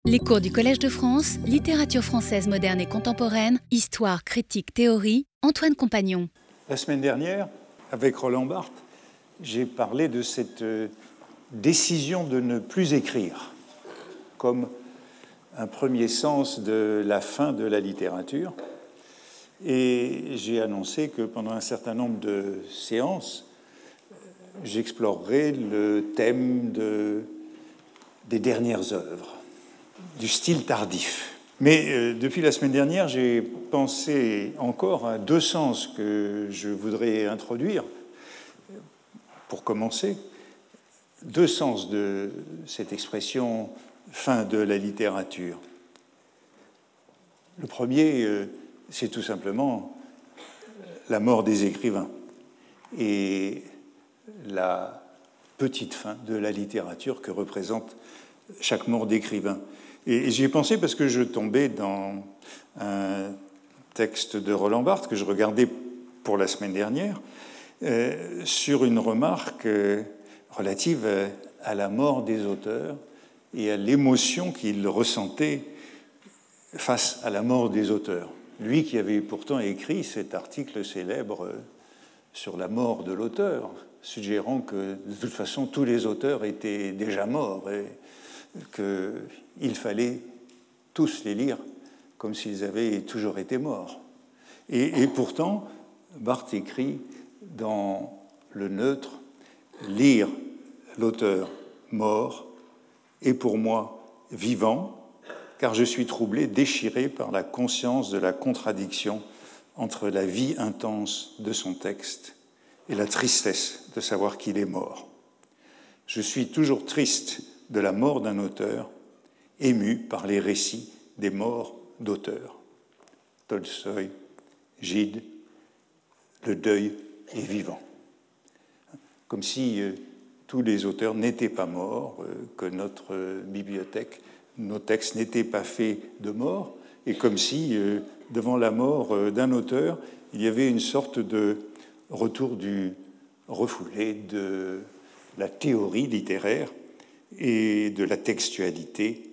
Les cours du Collège de France, littérature française moderne et contemporaine, histoire, critique, théorie, Antoine Compagnon. La semaine dernière, avec Roland Barthes, j'ai parlé de cette décision de ne plus écrire comme un premier sens de la fin de la littérature. Et j'ai annoncé que pendant un certain nombre de séances, j'explorerai le thème des dernières œuvres, du style tardif. Mais depuis la semaine dernière, j'ai pensé encore à deux sens que je voudrais introduire pour commencer. Deux sens de cette expression « fin de la littérature ». Le premier, c'est tout simplement la mort des écrivains et la petite fin de la littérature que représente chaque mort d'écrivain. Et j'y ai pensé parce que je tombais dans un texte de Roland Barthes que je regardais pour la semaine dernière sur une remarque relative à la mort des auteurs et à l'émotion qu'il ressentait face à la mort des auteurs. Lui qui avait pourtant écrit cet article célèbre sur la mort de l'auteur, suggérant que de toute façon tous les auteurs étaient déjà morts et qu'il fallait tous les lire comme s'ils avaient toujours été morts. Et pourtant, Barthes écrit dans Le Neutre, « Lire l'auteur mort est pour moi vivant, car je suis troublé, déchiré par la conscience de la contradiction entre la vie intense de son texte et la tristesse de savoir qu'il est mort. Je suis toujours triste de la mort d'un auteur, ému par les récits des morts d'auteurs. » Tolstoï, Gide, le deuil est vivant. Comme si tous les auteurs n'étaient pas morts, que notre bibliothèque, nos textes n'étaient pas faits de mort, et comme si, devant la mort d'un auteur, il y avait une sorte de retour du refoulé de la théorie littéraire et de la textualité,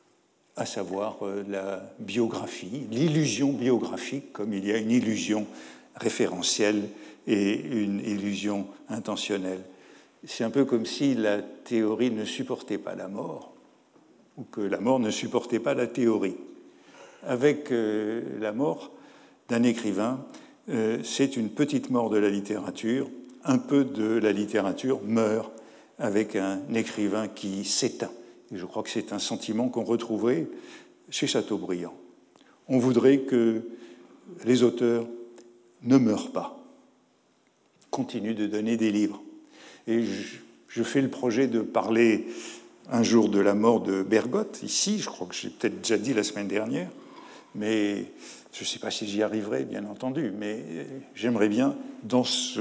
à savoir la biographie, l'illusion biographique, comme il y a une illusion référentielle et une illusion intentionnelle. C'est un peu comme si la théorie ne supportait pas la mort, ou que la mort ne supportait pas la théorie. Avec la mort d'un écrivain, c'est une petite mort de la littérature. Un peu de la littérature meurt avec un écrivain qui s'éteint. Et je crois que c'est un sentiment qu'on retrouverait chez Chateaubriand. On voudrait que les auteurs ne meurent pas, continuent de donner des livres. Et je fais le projet de parler un jour de la mort de Bergotte, ici, je crois que j'ai peut-être déjà dit la semaine dernière, mais je ne sais pas si j'y arriverai, bien entendu, mais j'aimerais bien, dans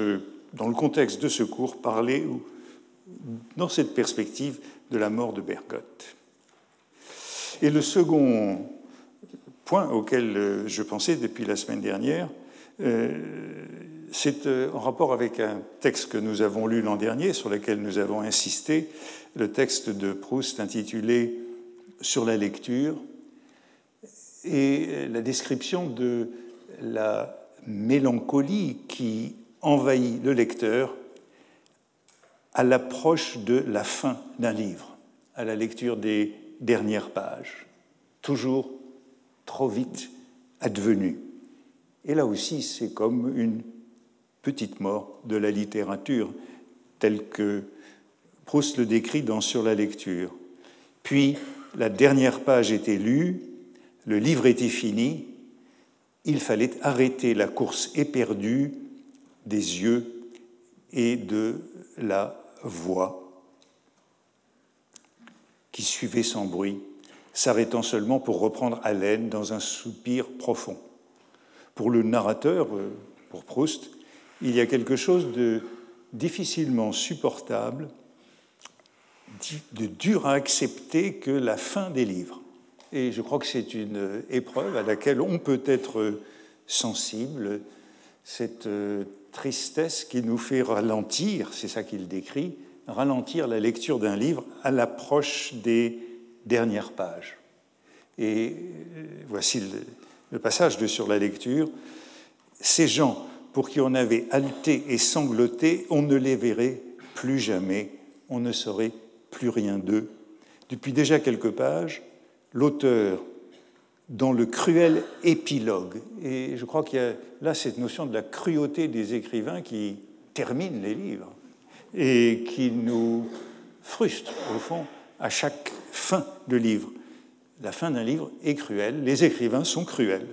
le contexte de ce cours, parler dans cette perspective de la mort de Bergotte. Et le second point auquel je pensais depuis la semaine dernière, c'est en rapport avec un texte que nous avons lu l'an dernier, sur lequel nous avons insisté, le texte de Proust intitulé « Sur la lecture », et la description de la mélancolie qui envahit le lecteur à l'approche de la fin d'un livre, à la lecture des dernières pages, toujours trop vite advenue. Et là aussi, c'est comme une petite mort de la littérature, telle que Proust le décrit dans Sur la lecture. Puis, la dernière page était lue, le livre était fini, il fallait arrêter la course éperdue des yeux et de la voix qui suivait sans bruit, s'arrêtant seulement pour reprendre haleine dans un soupir profond. Pour le narrateur, pour Proust, il y a quelque chose de difficilement supportable, de dur à accepter que la fin des livres. Et je crois que c'est une épreuve à laquelle on peut être sensible, cette tristesse qui nous fait ralentir, c'est ça qu'il décrit, ralentir la lecture d'un livre à l'approche des dernières pages. Et voici le passage de Sur la lecture. Ces gens pour qui on avait haleté et sangloté, on ne les verrait plus jamais, on ne saurait plus rien d'eux. Depuis déjà quelques pages, l'auteur, dans le cruel épilogue, et je crois qu'il y a là cette notion de la cruauté des écrivains qui terminent les livres et qui nous frustre, au fond, à chaque fin de livre. La fin d'un livre est cruelle, les écrivains sont cruels.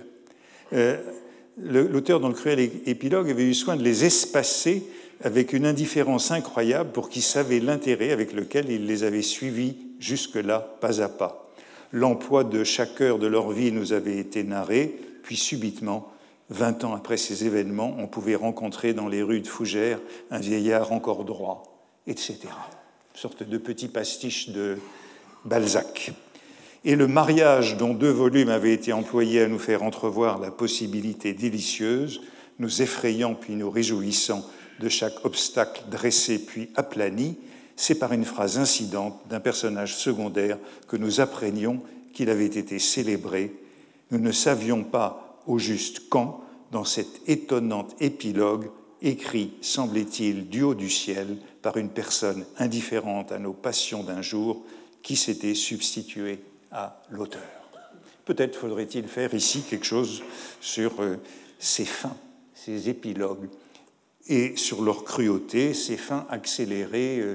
L'auteur, dans le cruel épilogue, avait eu soin de les espacer avec une indifférence incroyable pour qu'ils savaient l'intérêt avec lequel il les avait suivis jusque-là, pas à pas. L'emploi de chaque heure de leur vie nous avait été narré, puis subitement, 20 ans après ces événements, on pouvait rencontrer dans les rues de Fougères un vieillard encore droit, etc. Une sorte de petit pastiche de Balzac. Et le mariage dont 2 volumes avaient été employés à nous faire entrevoir la possibilité délicieuse, nous effrayant puis nous réjouissant de chaque obstacle dressé puis aplani, c'est par une phrase incidente d'un personnage secondaire que nous apprenions qu'il avait été célébré. Nous ne savions pas au juste quand, dans cet étonnant épilogue, écrit, semblait-il, du haut du ciel, par une personne indifférente à nos passions d'un jour, qui s'était substituée à l'auteur. Peut-être faudrait-il faire ici quelque chose sur ces fins, ces épilogues, et sur leur cruauté, ces fins accélérées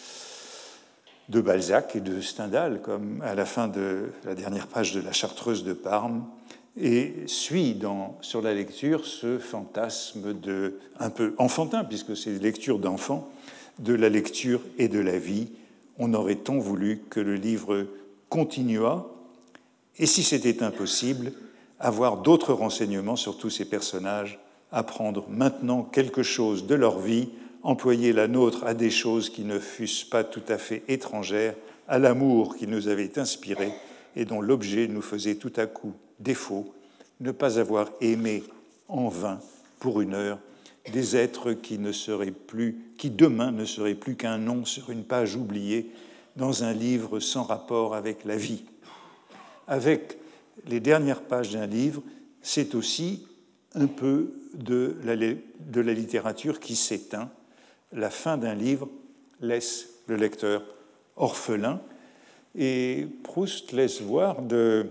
de Balzac et de Stendhal, comme à la fin de la dernière page de La Chartreuse de Parme, et suit sur la lecture ce fantasme un peu enfantin, puisque c'est une lecture d'enfant, de la lecture et de la vie. On aurait tant voulu que le livre continuât, et si c'était impossible, avoir d'autres renseignements sur tous ces personnages, apprendre maintenant quelque chose de leur vie, employer la nôtre à des choses qui ne fussent pas tout à fait étrangères, à l'amour qui nous avait inspiré et dont l'objet nous faisait tout à coup défaut, ne pas avoir aimé en vain, pour une heure, des êtres qui demain ne seraient plus qu'un nom sur une page oubliée dans un livre sans rapport avec la vie. Avec les dernières pages d'un livre, c'est aussi un peu de la littérature qui s'éteint. La fin d'un livre laisse le lecteur orphelin, et Proust laisse voir de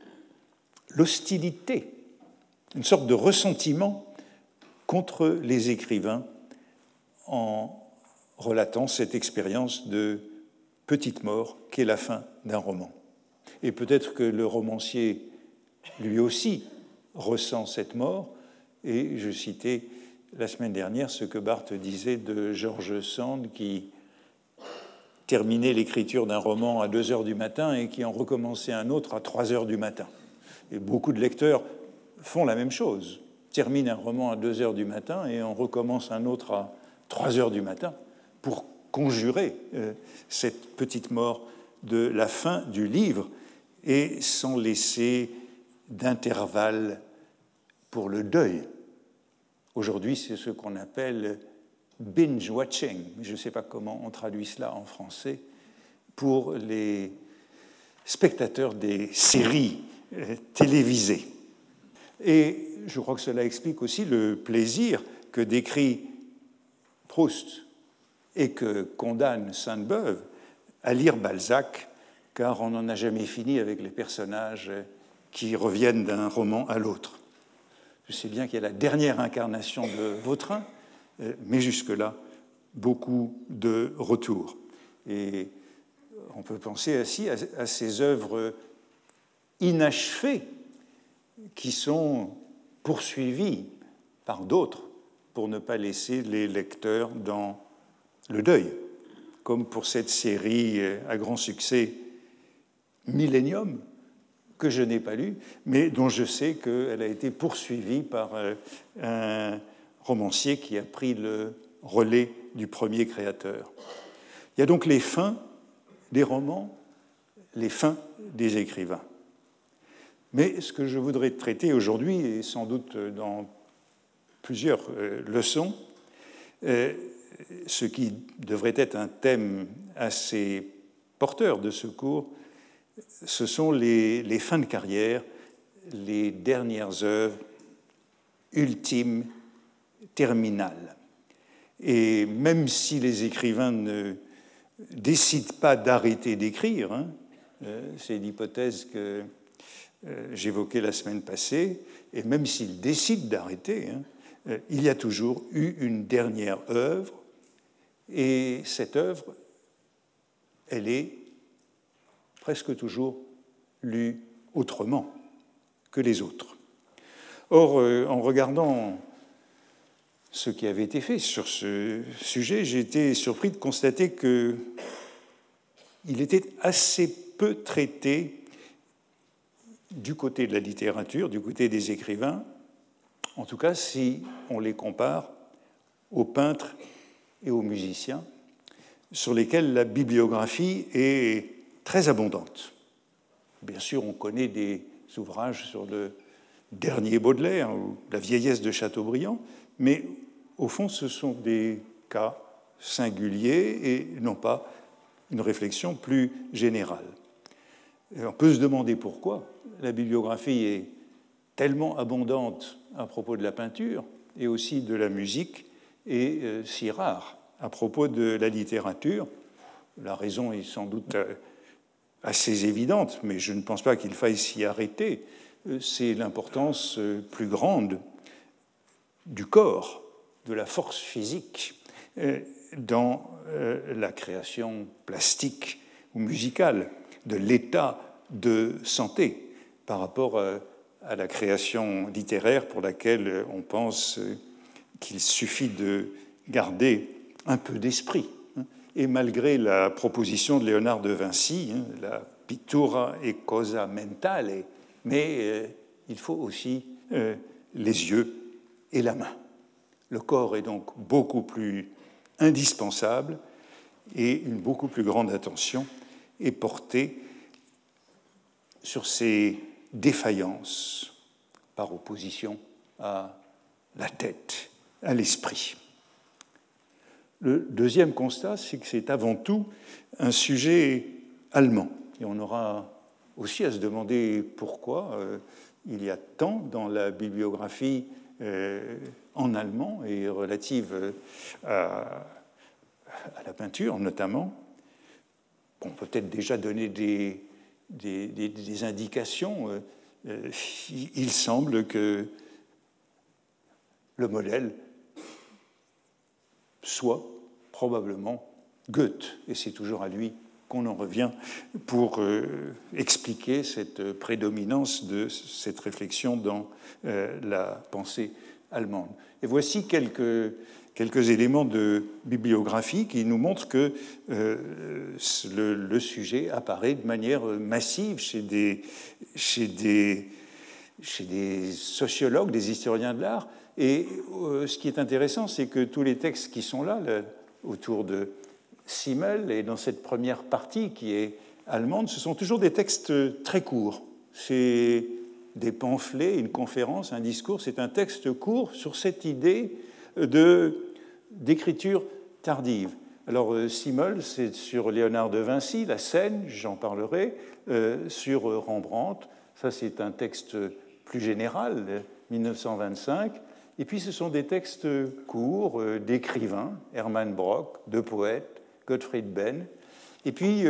l'hostilité, une sorte de ressentiment contre les écrivains en relatant cette expérience de petite mort qu'est la fin d'un roman. Et peut-être que le romancier, lui aussi, ressent cette mort, et je citais la semaine dernière ce que Barthes disait de George Sand, qui terminait l'écriture d'un roman à 2 heures du matin et qui en recommençait un autre à 3 heures du matin. Et beaucoup de lecteurs font la même chose, terminent un roman à 2 heures du matin et en recommencent un autre à 3 heures du matin pour conjurer cette petite mort de la fin du livre et sans laisser d'intervalle pour le deuil. Aujourd'hui, c'est ce qu'on appelle binge-watching. Je ne sais pas comment on traduit cela en français pour les spectateurs des séries télévisées. Et je crois que cela explique aussi le plaisir que décrit Proust et que condamne Sainte-Beuve à lire Balzac, car on n'en a jamais fini avec les personnages qui reviennent d'un roman à l'autre. Je sais bien qu'il y a la dernière incarnation de Vautrin, mais jusque-là, beaucoup de retours. Et on peut penser ainsi à ces œuvres inachevées qui sont poursuivies par d'autres pour ne pas laisser les lecteurs dans le deuil, comme pour cette série à grand succès Millennium, que je n'ai pas lue, mais dont je sais qu'elle a été poursuivie par un romancier qui a pris le relais du premier créateur. Il y a donc les fins des romans, les fins des écrivains. Mais ce que je voudrais traiter aujourd'hui, et sans doute dans plusieurs leçons, ce qui devrait être un thème assez porteur de ce cours, ce sont les fins de carrière, les dernières œuvres ultimes, terminales. Et même si les écrivains ne décident pas d'arrêter d'écrire, c'est l'hypothèse que j'évoquais la semaine passée, et même s'ils décident d'arrêter, il y a toujours eu une dernière œuvre, et cette œuvre, elle est presque toujours lue autrement que les autres. Or, en regardant ce qui avait été fait sur ce sujet, j'ai été surpris de constater qu'il était assez peu traité du côté de la littérature, du côté des écrivains, en tout cas si on les compare aux peintres et aux musiciens, sur lesquels la bibliographie est très abondante. Bien sûr, on connaît des ouvrages sur le dernier Baudelaire ou la vieillesse de Chateaubriand, mais au fond, ce sont des cas singuliers et non pas une réflexion plus générale. Et on peut se demander pourquoi la bibliographie est tellement abondante à propos de la peinture et aussi de la musique et si rare à propos de la littérature. La raison est sans doute assez évidente, mais je ne pense pas qu'il faille s'y arrêter. C'est l'importance plus grande du corps, de la force physique dans la création plastique ou musicale, de l'état de santé par rapport à la création littéraire pour laquelle on pense qu'il suffit de garder un peu d'esprit. Et malgré la proposition de Léonard de Vinci, la pittura è cosa mentale, mais il faut aussi les yeux et la main. Le corps est donc beaucoup plus indispensable et une beaucoup plus grande attention est portée sur ces défaillances par opposition à la tête, à l'esprit. Le deuxième constat, c'est que c'est avant tout un sujet allemand. Et on aura aussi à se demander pourquoi il y a tant dans la bibliographie en allemand et relative à la peinture notamment. On peut peut-être déjà donner des indications. Il semble que le modèle soit probablement Goethe, et c'est toujours à lui qu'on en revient pour expliquer cette prédominance de cette réflexion dans la pensée allemande. Et voici quelques éléments de bibliographie qui nous montrent que le sujet apparaît de manière massive chez des sociologues, des historiens de l'art. Et ce qui est intéressant, c'est que tous les textes qui sont là autour de Simmel, et dans cette première partie qui est allemande, ce sont toujours des textes très courts. C'est des pamphlets, une conférence, un discours, c'est un texte court sur cette idée d'écriture tardive. Alors Simmel, c'est sur Léonard de Vinci, la scène, j'en parlerai, sur Rembrandt, ça c'est un texte plus général, 1925, et puis ce sont des textes courts d'écrivains, Hermann Brock, de poètes, Gottfried Benn, et puis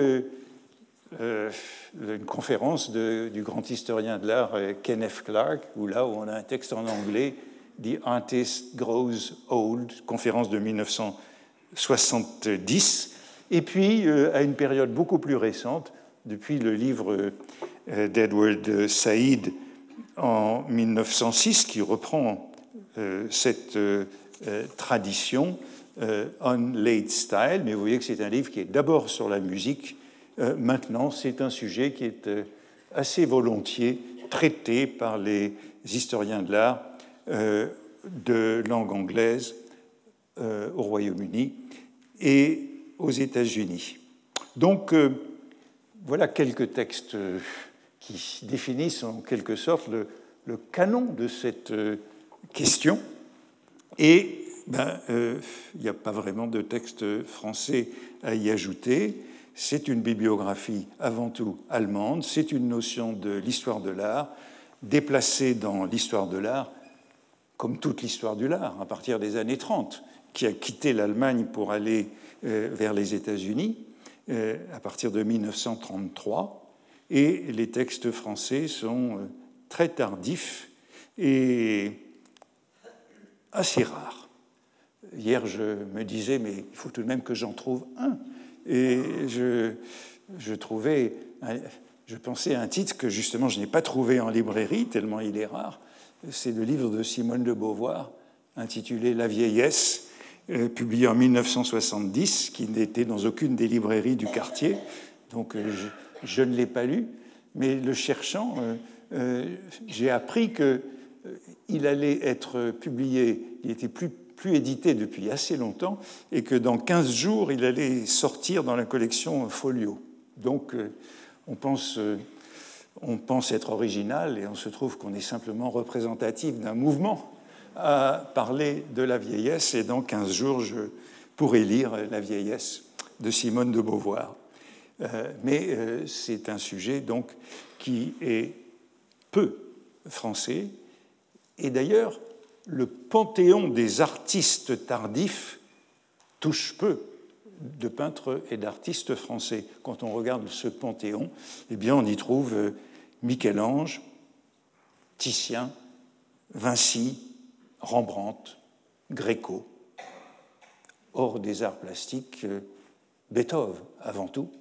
une conférence du grand historien de l'art Kenneth Clark, où là où on a un texte en anglais, The Artist Grows Old, conférence de 1970, et puis à une période beaucoup plus récente, depuis le livre d'Edward Said en 1906, qui reprend cette tradition, On Late Style, mais vous voyez que c'est un livre qui est d'abord sur la musique. Maintenant, c'est un sujet qui est assez volontiers traité par les historiens de l'art de langue anglaise au Royaume-Uni et aux États-Unis. Donc, voilà quelques textes qui définissent en quelque sorte le canon de cette question. Et il n'y a pas vraiment de texte français à y ajouter. c'est une bibliographie avant tout allemande, c'est une notion de l'histoire de l'art, déplacée dans l'histoire de l'art, comme toute l'histoire du l'art, à partir des années 30, qui a quitté l'Allemagne pour aller vers les États-Unis, à partir de 1933, et les textes français sont très tardifs et assez rares. Hier, je me disais, mais il faut tout de même que j'en trouve un. Et je pensais à un titre que justement je n'ai pas trouvé en librairie, tellement il est rare. C'est le livre de Simone de Beauvoir, intitulé La vieillesse, publié en 1970, qui n'était dans aucune des librairies du quartier. Donc je ne l'ai pas lu, mais le cherchant, j'ai appris qu'il allait être publié, il était plus édité depuis assez longtemps, et que dans 15 jours, il allait sortir dans la collection Folio. Donc on pense être original, et on se trouve qu'on est simplement représentatif d'un mouvement à parler de la vieillesse, et dans 15 jours, je pourrai lire La vieillesse de Simone de Beauvoir. Mais c'est un sujet donc qui est peu français, et d'ailleurs, le panthéon des artistes tardifs touche peu de peintres et d'artistes français. Quand on regarde ce panthéon, eh bien, on y trouve Michel-Ange, Titien, Vinci, Rembrandt, Gréco. Hors des arts plastiques, Beethoven avant tout.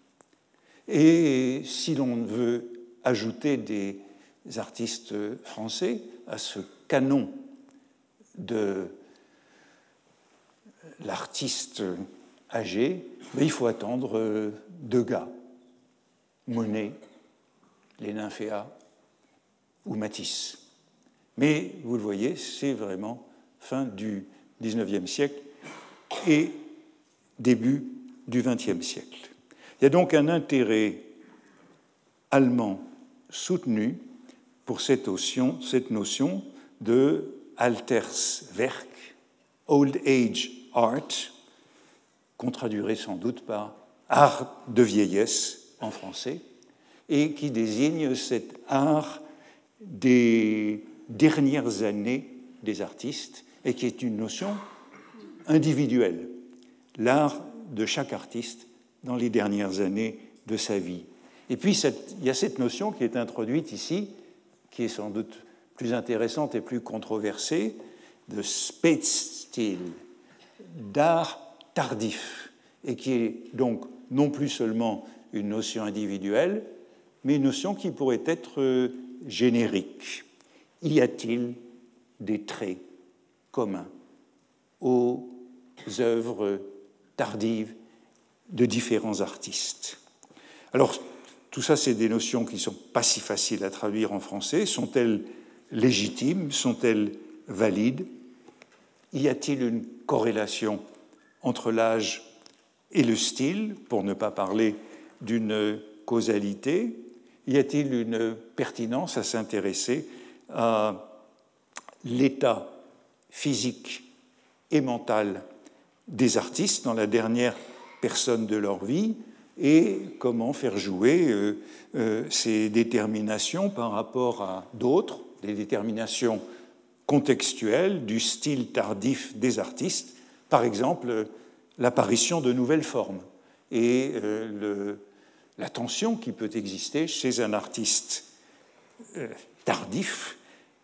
Et si l'on veut ajouter des artistes français à ce canon de l'artiste âgé, il faut attendre Degas, Monet, les Nymphéas ou Matisse. Mais vous le voyez, c'est vraiment fin du XIXe siècle et début du XXe siècle. Il y a donc un intérêt allemand soutenu pour cette notion de Alterswerk, Old Age Art, qu'on traduirait sans doute par art de vieillesse en français, et qui désigne cet art des dernières années des artistes, et qui est une notion individuelle, l'art de chaque artiste dans les dernières années de sa vie. Et puis, il y a cette notion qui est introduite ici, qui est sans doute plus intéressante et plus controversée, de Spätstil, d'art tardif, et qui est donc non plus seulement une notion individuelle, mais une notion qui pourrait être générique. Y a-t-il des traits communs aux œuvres tardives de différents artistes? Alors, tout ça, c'est des notions qui ne sont pas si faciles à traduire en français. Sont-elles légitimes? Sont-elles valides? Y a-t-il une corrélation entre l'âge et le style, pour ne pas parler d'une causalité? Y a-t-il une pertinence à s'intéresser à l'état physique et mental des artistes dans la dernière personne de leur vie, et comment faire jouer ces déterminations par rapport à d'autres, des déterminations contextuelles du style tardif des artistes, par exemple l'apparition de nouvelles formes et la tension qui peut exister chez un artiste tardif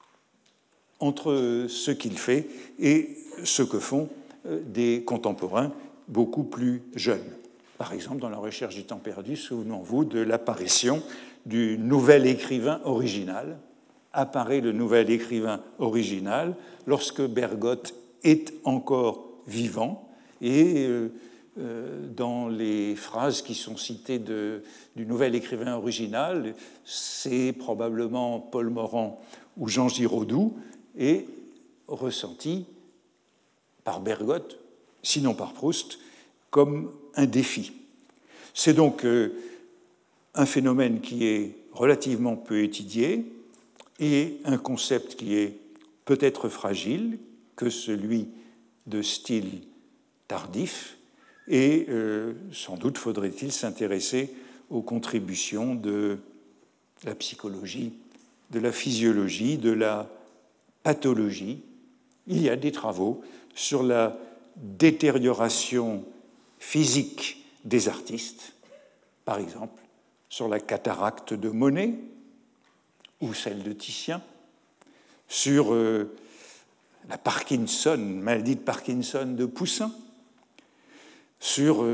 entre ce qu'il fait et ce que font des contemporains beaucoup plus jeunes. Par exemple, dans La recherche du temps perdu, souvenons-vous de l'apparition du nouvel écrivain original. Apparaît le nouvel écrivain original lorsque Bergotte est encore vivant, et dans les phrases qui sont citées du nouvel écrivain original, c'est probablement Paul Morand ou Jean Giraudoux, et ressenti par Bergotte, sinon par Proust, comme un défi. C'est donc un phénomène qui est relativement peu étudié et un concept qui est peut-être fragile que celui de style tardif, et sans doute faudrait-il s'intéresser aux contributions de la psychologie, de la physiologie, de la pathologie. Il y a des travaux sur la détérioration physique des artistes, par exemple sur la cataracte de Monet ou celle de Titien, sur la Parkinson, maladie de Parkinson de Poussin, sur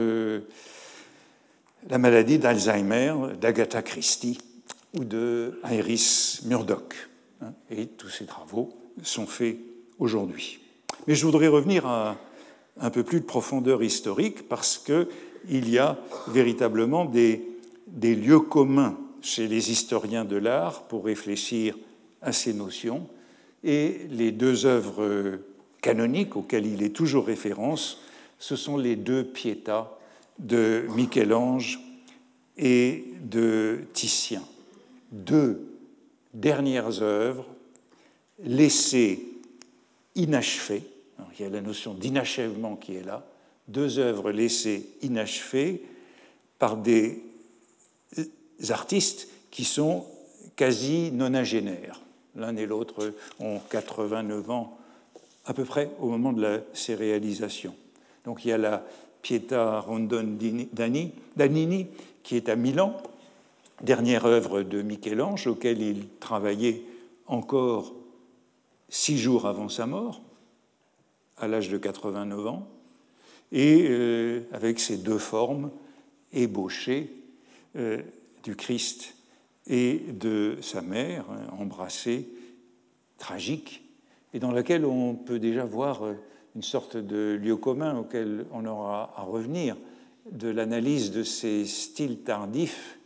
la maladie d'Alzheimer d'Agatha Christie ou de Iris Murdoch. Et tous ces travaux sont faits aujourd'hui. Mais je voudrais revenir à un peu plus de profondeur historique parce qu'il y a véritablement des lieux communs chez les historiens de l'art pour réfléchir à ces notions. Et les deux œuvres canoniques auxquelles il est toujours référence, ce sont les deux Pietas de Michel-Ange et de Titien. Deux dernières œuvres laissées inachevées. Alors, il y a la notion d'inachèvement qui est là. Deux œuvres laissées inachevées par des artistes qui sont quasi nonagénaires. L'un et l'autre ont 89 ans à peu près au moment de ces réalisations. Donc il y a la Pietà Rondon-Danini qui est à Milan, dernière œuvre de Michel-Ange, auquel il travaillait encore 6 jours avant sa mort, à l'âge de 89 ans, et avec ces deux formes ébauchées du Christ et de sa mère, embrassée, tragique, et dans laquelle on peut déjà voir une sorte de lieu commun auquel on aura à revenir, de l'analyse de ces styles tardifs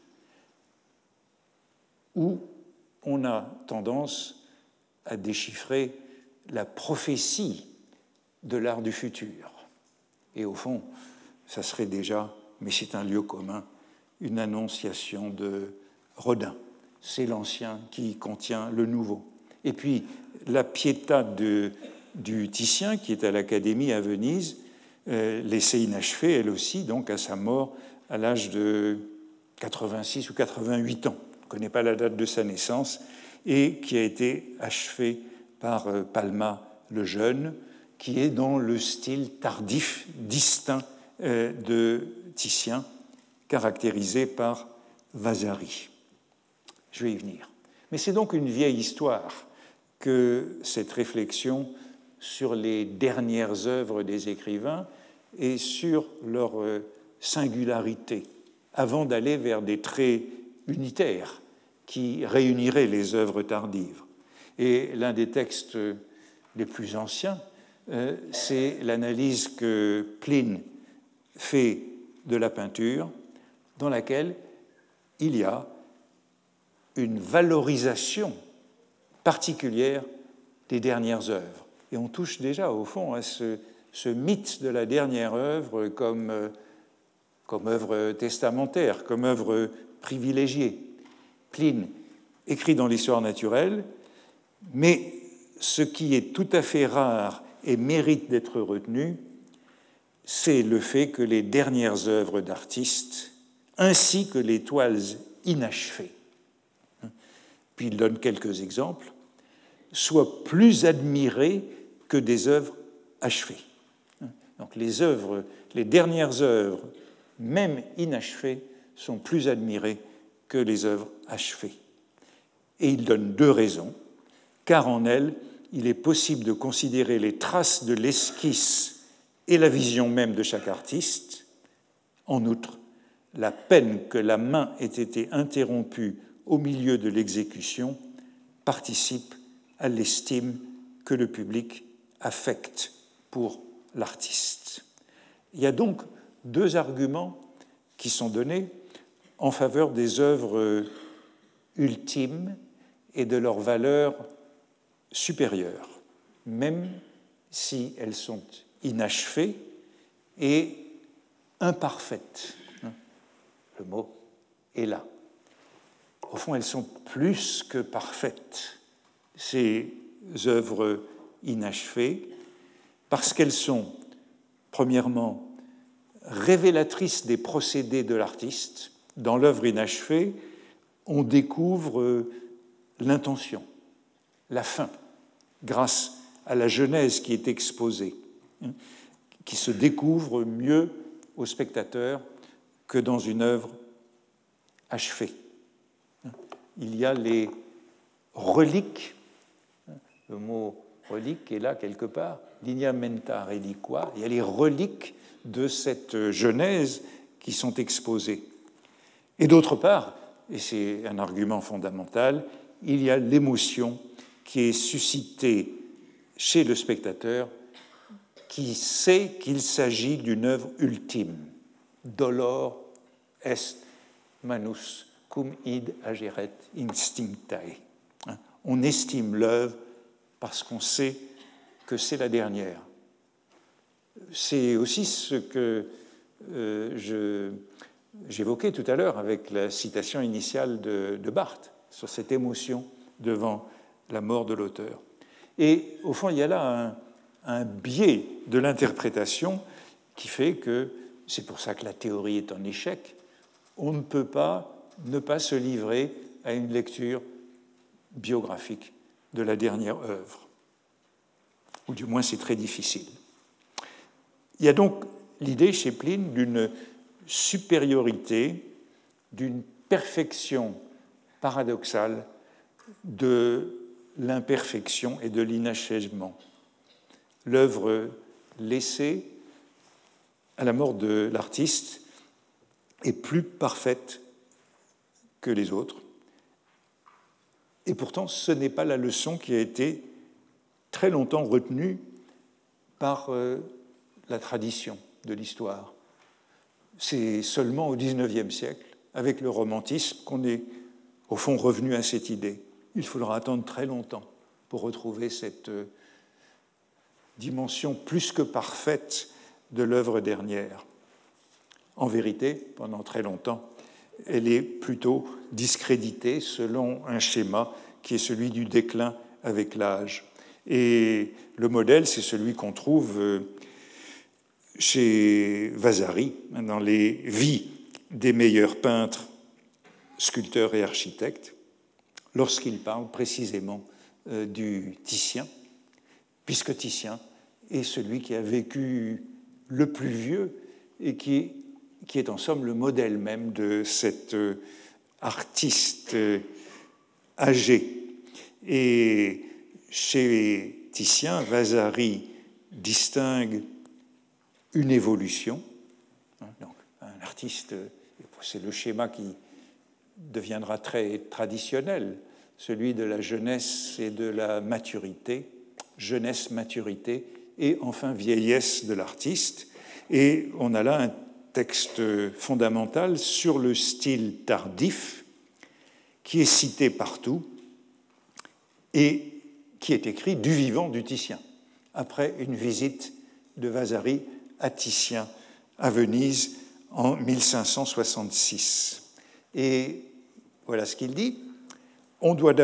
où on a tendance à déchiffrer la prophétie de l'art du futur. Et au fond, ça serait déjà, mais c'est un lieu commun, une annonciation de Rodin. C'est l'ancien qui contient le nouveau. Et puis, la Pietà du Titien, qui est à l'Académie à Venise, laissée inachevée, elle aussi, donc à sa mort, à l'âge de 86 ou 88 ans. On ne connaît pas la date de sa naissance, et qui a été achevée par Palma le Jeune, qui est dans le style tardif, distinct de Titien, caractérisé par Vasari. Je vais y venir. Mais c'est donc une vieille histoire que cette réflexion sur les dernières œuvres des écrivains et sur leur singularité, avant d'aller vers des traits unitaires qui réuniraient les œuvres tardives. Et l'un des textes les plus anciens, c'est l'analyse que Pline fait de la peinture, dans laquelle il y a une valorisation particulière des dernières œuvres. Et on touche déjà, au fond, à ce mythe de la dernière œuvre comme œuvre testamentaire, comme œuvre privilégiée. Pline écrit dans l'Histoire naturelle, mais ce qui est tout à fait rare et mérite d'être retenu, c'est le fait que les dernières œuvres d'artistes, ainsi que les toiles inachevées, puis il donne quelques exemples, soient plus admirées que des œuvres achevées. Donc les dernières œuvres, même inachevées, sont plus admirées que les œuvres achevées. Et il donne deux raisons, car en elles, il est possible de considérer les traces de l'esquisse et la vision même de chaque artiste. En outre, la peine que la main ait été interrompue au milieu de l'exécution participe à l'estime que le public affecte pour l'artiste. Il y a donc deux arguments qui sont donnés en faveur des œuvres ultimes et de leur valeur supérieure, même si elles sont inachevées et imparfaites. Le mot est là. Au fond, elles sont plus que parfaites, ces œuvres inachevées, parce qu'elles sont, premièrement, révélatrice des procédés de l'artiste. Dans l'œuvre inachevée, on découvre l'intention, la fin, grâce à la genèse qui est exposée, qui se découvre mieux au spectateur que dans une œuvre achevée. Il y a les reliques, le mot relique est là quelque part, lineamenta reliqua, il y a les reliques de cette genèse qui sont exposées. Et d'autre part, et c'est un argument fondamental, il y a l'émotion qui est suscitée chez le spectateur qui sait qu'il s'agit d'une œuvre ultime. Dolor est manus cum id ageret instinctae. On estime l'œuvre parce qu'on sait que c'est la dernière. C'est aussi ce que j'évoquais tout à l'heure avec la citation initiale de Barthes sur cette émotion devant la mort de l'auteur. Et au fond, il y a là un biais de l'interprétation qui fait que, c'est pour ça que la théorie est en échec, on ne peut pas ne pas se livrer à une lecture biographique de la dernière œuvre. Ou du moins, c'est très difficile. Il y a donc l'idée chez Pline d'une supériorité, d'une perfection paradoxale de l'imperfection et de l'inachèvement. L'œuvre laissée à la mort de l'artiste est plus parfaite que les autres. Et pourtant, ce n'est pas la leçon qui a été très longtemps retenue par la tradition de l'histoire. C'est seulement au XIXe siècle, avec le romantisme, qu'on est au fond revenu à cette idée. Il faudra attendre très longtemps pour retrouver cette dimension plus que parfaite de l'œuvre dernière. En vérité, pendant très longtemps, elle est plutôt discréditée selon un schéma qui est celui du déclin avec l'âge. Et le modèle, c'est celui qu'on trouve chez Vasari, dans les vies des meilleurs peintres, sculpteurs et architectes, lorsqu'il parle précisément du Titien, puisque Titien est celui qui a vécu le plus vieux et qui est en somme le modèle même de cet artiste âgé. Et chez Titien, Vasari distingue une évolution. Donc, un artiste, c'est le schéma qui deviendra très traditionnel, celui de la jeunesse et de la maturité, jeunesse, maturité, et enfin vieillesse de l'artiste. Et on a là un texte fondamental sur le style tardif qui est cité partout et qui est écrit du vivant du Titien, après une visite de Vasari à Titien à Venise en 1566. Et voilà ce qu'il dit. On doit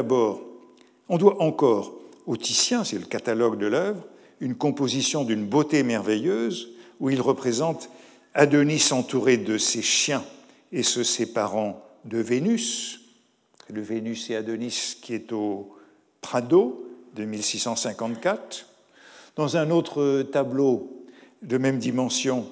encore au Titien, c'est le catalogue de l'œuvre, une composition d'une beauté merveilleuse où il représente Adonis entouré de ses chiens et se séparant de Vénus, le Vénus et Adonis qui est au Prado de 1654. Dans un autre tableau de même dimension,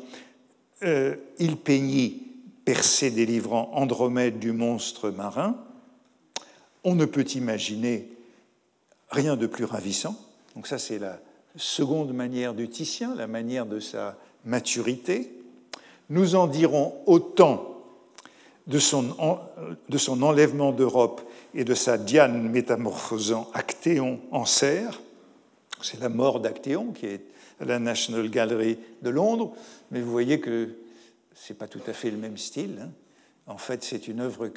il peignit Persée délivrant Andromède du monstre marin. On ne peut imaginer rien de plus ravissant. Donc ça, c'est la seconde manière du Titien, la manière de sa maturité. Nous en dirons autant de son enlèvement d'Europe et de sa Diane métamorphosant Actéon en cerf. C'est la mort d'Actéon qui est à la National Gallery de Londres, mais vous voyez que ce n'est pas tout à fait le même style. En fait, c'est une œuvre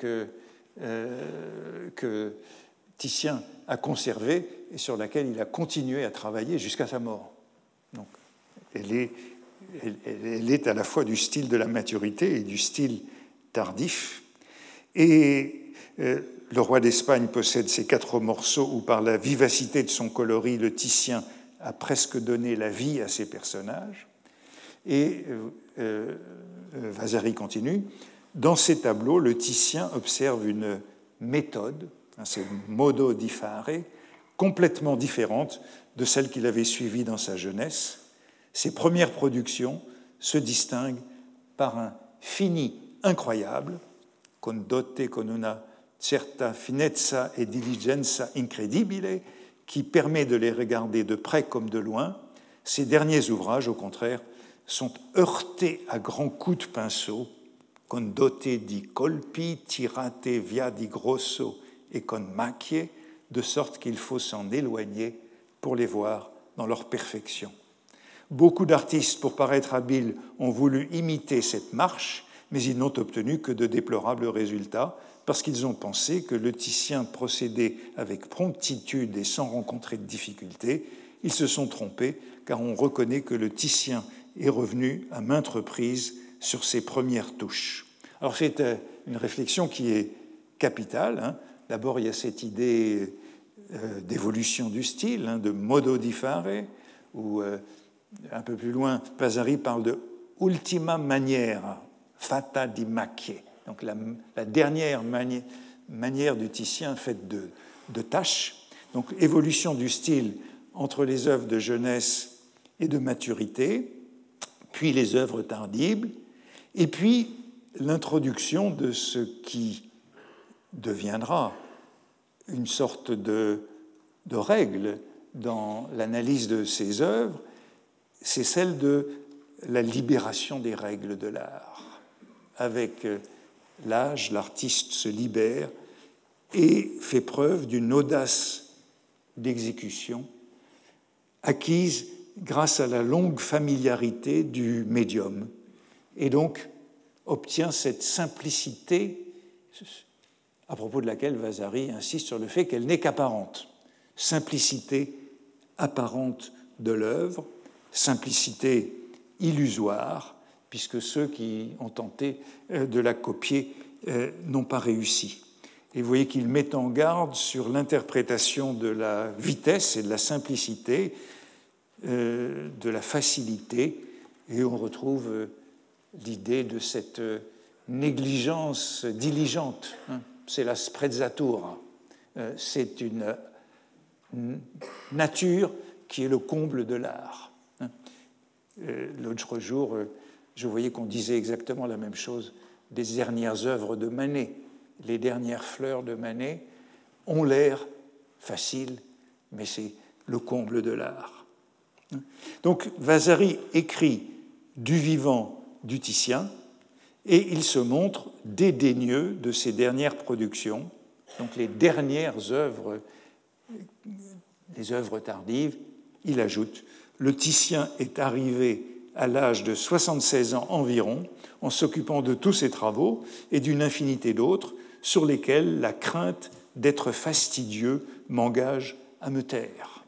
que Titien a conservée et sur laquelle il a continué à travailler jusqu'à sa mort. Donc, elle est à la fois du style de la maturité et du style tardif. Et le roi d'Espagne possède ces 4 morceaux où, par la vivacité de son coloris, le Titien a presque donné la vie à ses personnages. Et Vasari continue, dans ces tableaux, le Titien observe une méthode, c'est modo di fare, complètement différente de celle qu'il avait suivie dans sa jeunesse. Ses premières productions se distinguent par un fini incroyable, condotte con una certa finezza e diligenza incredibile, qui permet de les regarder de près comme de loin. Ses derniers ouvrages, au contraire, sont heurtés à grands coups de pinceau, condotte di colpi, tirate via di grosso et con macchie, de sorte qu'il faut s'en éloigner pour les voir dans leur perfection. Beaucoup d'artistes, pour paraître habiles, ont voulu imiter cette marche, mais ils n'ont obtenu que de déplorables résultats, parce qu'ils ont pensé que le Titien procédait avec promptitude et sans rencontrer de difficultés. Ils se sont trompés, car on reconnaît que le Titien est revenu à maintes reprises sur ses premières touches. Alors c'est une réflexion qui est capitale. D'abord, il y a cette idée d'évolution du style, de modo di fare, où un peu plus loin, Vasari parle de ultima maniera, fatta di macchie, donc la dernière manière du Titien faite de taches. Donc évolution du style entre les œuvres de jeunesse et de maturité, puis les œuvres tardives, et puis l'introduction de ce qui deviendra une sorte de règle dans l'analyse de ces œuvres, c'est celle de la libération des règles de l'art. Avec l'âge, l'artiste se libère et fait preuve d'une audace d'exécution acquise grâce à la longue familiarité du médium, et donc obtient cette simplicité à propos de laquelle Vasari insiste sur le fait qu'elle n'est qu'apparente. Simplicité apparente de l'œuvre, simplicité illusoire, puisque ceux qui ont tenté de la copier n'ont pas réussi. Et vous voyez qu'il met en garde sur l'interprétation de la vitesse et de la simplicité, de la facilité, et on retrouve l'idée de cette négligence diligente. C'est la sprezzatura. C'est une nature qui est le comble de l'art. L'autre jour, je voyais qu'on disait exactement la même chose des dernières œuvres de Manet. Les dernières fleurs de Manet ont l'air faciles, mais c'est le comble de l'art. Donc Vasari écrit du vivant du Titien et il se montre dédaigneux de ses dernières productions, donc les dernières œuvres, les œuvres tardives. Il ajoute « Le Titien est arrivé à l'âge de 76 ans environ, en s'occupant de tous ses travaux et d'une infinité d'autres, sur lesquels la crainte d'être fastidieux m'engage à me taire.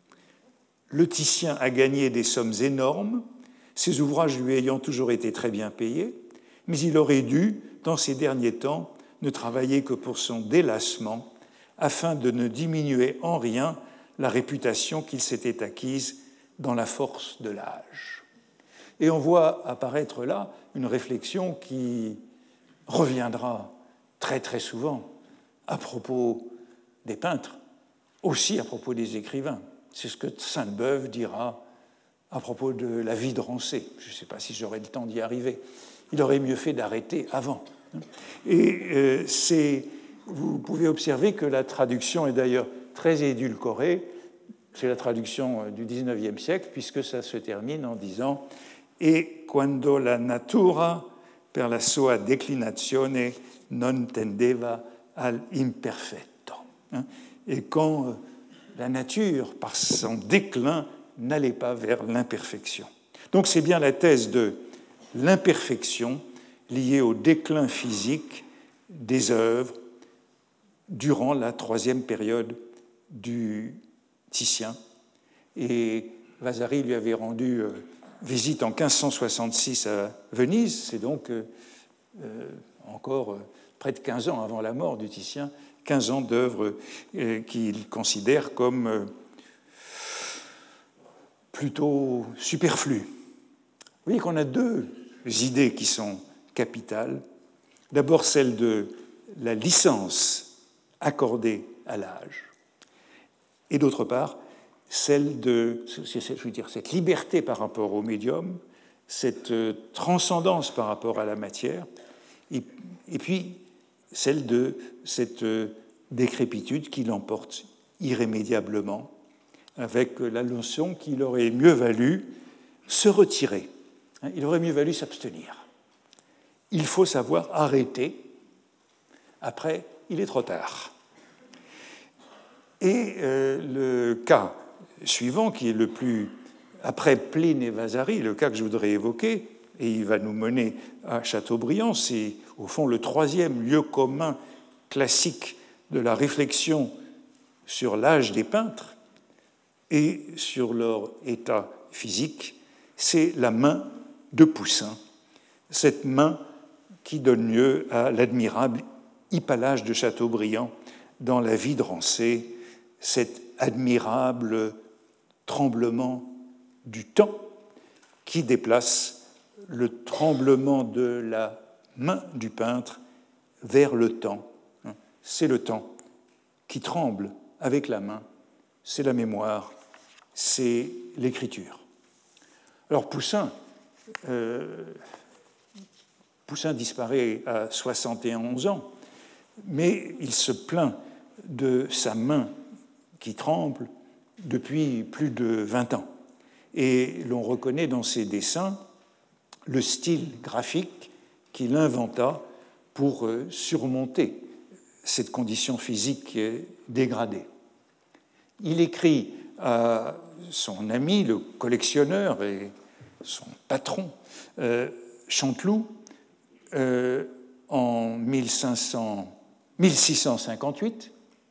Le Titien a gagné des sommes énormes, ses ouvrages lui ayant toujours été très bien payés, mais il aurait dû, dans ces derniers temps, ne travailler que pour son délassement, afin de ne diminuer en rien la réputation qu'il s'était acquise dans la force de l'âge. » Et on voit apparaître là une réflexion qui reviendra très très souvent à propos des peintres, aussi à propos des écrivains. C'est ce que Sainte-Beuve dira à propos de la vie de Rancé. Je ne sais pas si j'aurai le temps d'y arriver. Il aurait mieux fait d'arrêter avant. Et vous pouvez observer que la traduction est d'ailleurs très édulcorée. C'est la traduction du XIXe siècle, puisque ça se termine en disant « E quando la natura per la sua declinazione non tendeva all'imperfetto ». Et quand la nature, par son déclin, n'allait pas vers l'imperfection. Donc c'est bien la thèse de l'imperfection liée au déclin physique des œuvres durant la troisième période du Titien. Et Vasari lui avait rendu visite en 1566 à Venise, c'est donc encore près de 15 ans avant la mort du Titien, 15 ans d'œuvres qu'il considère comme plutôt superflues. Vous voyez qu'on a deux idées qui sont capitales. D'abord celle de la licence accordée à l'âge, et d'autre part celle de, je veux dire, cette liberté par rapport au médium, cette transcendance par rapport à la matière, et puis celle de cette décrépitude qui l'emporte irrémédiablement, avec la notion qu'il aurait mieux valu se retirer, il aurait mieux valu s'abstenir. Il faut savoir arrêter, après, il est trop tard. Et le cas suivant, qui est le plus, après Pline et Vasari, le cas que je voudrais évoquer, et il va nous mener à Chateaubriand, c'est au fond le troisième lieu commun classique de la réflexion sur l'âge des peintres et sur leur état physique, c'est la main de Poussin, cette main qui donne lieu à l'admirable hypallage de Chateaubriand dans La vie de Rancé, cet admirable tremblement du temps qui déplace le tremblement de la main du peintre vers le temps. C'est le temps qui tremble avec la main, c'est la mémoire, c'est l'écriture. Alors Poussin disparaît à 71 ans, mais il se plaint de sa main qui tremble depuis plus de 20 ans. Et l'on reconnaît dans ses dessins le style graphique qu'il inventa pour surmonter cette condition physique dégradée. Il écrit à son ami, le collectionneur et son patron, Chanteloup, en 1658,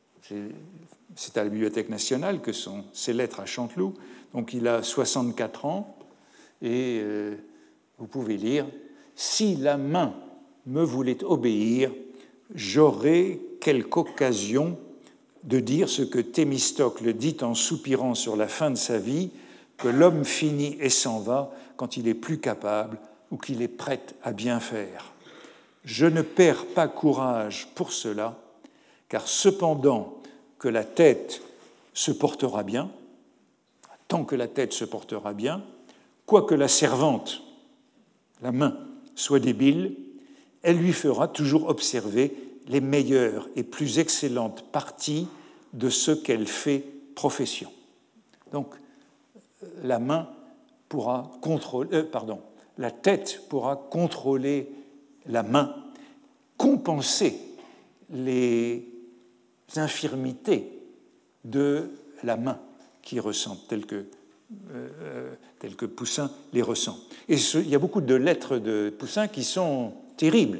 c'est à la Bibliothèque nationale que sont ces lettres à Chanteloup, donc il a 64 ans, et vous pouvez lire « Si la main me voulait obéir, j'aurais quelque occasion de dire ce que Thémistocle dit en soupirant sur la fin de sa vie, que l'homme finit et s'en va quand il est plus capable ou qu'il est prêt à bien faire. Je ne perds pas courage pour cela, car cependant que la tête se portera bien, tant que la tête se portera bien, quoique la servante, la main, soit débile, elle lui fera toujours observer les meilleures et plus excellentes parties de ce qu'elle fait profession. » Donc, la main pourra contrôler, la tête pourra contrôler la main, compenser les infirmités de la main qui ressent, telles que Poussin les ressent. Et il y a beaucoup de lettres de Poussin qui sont terribles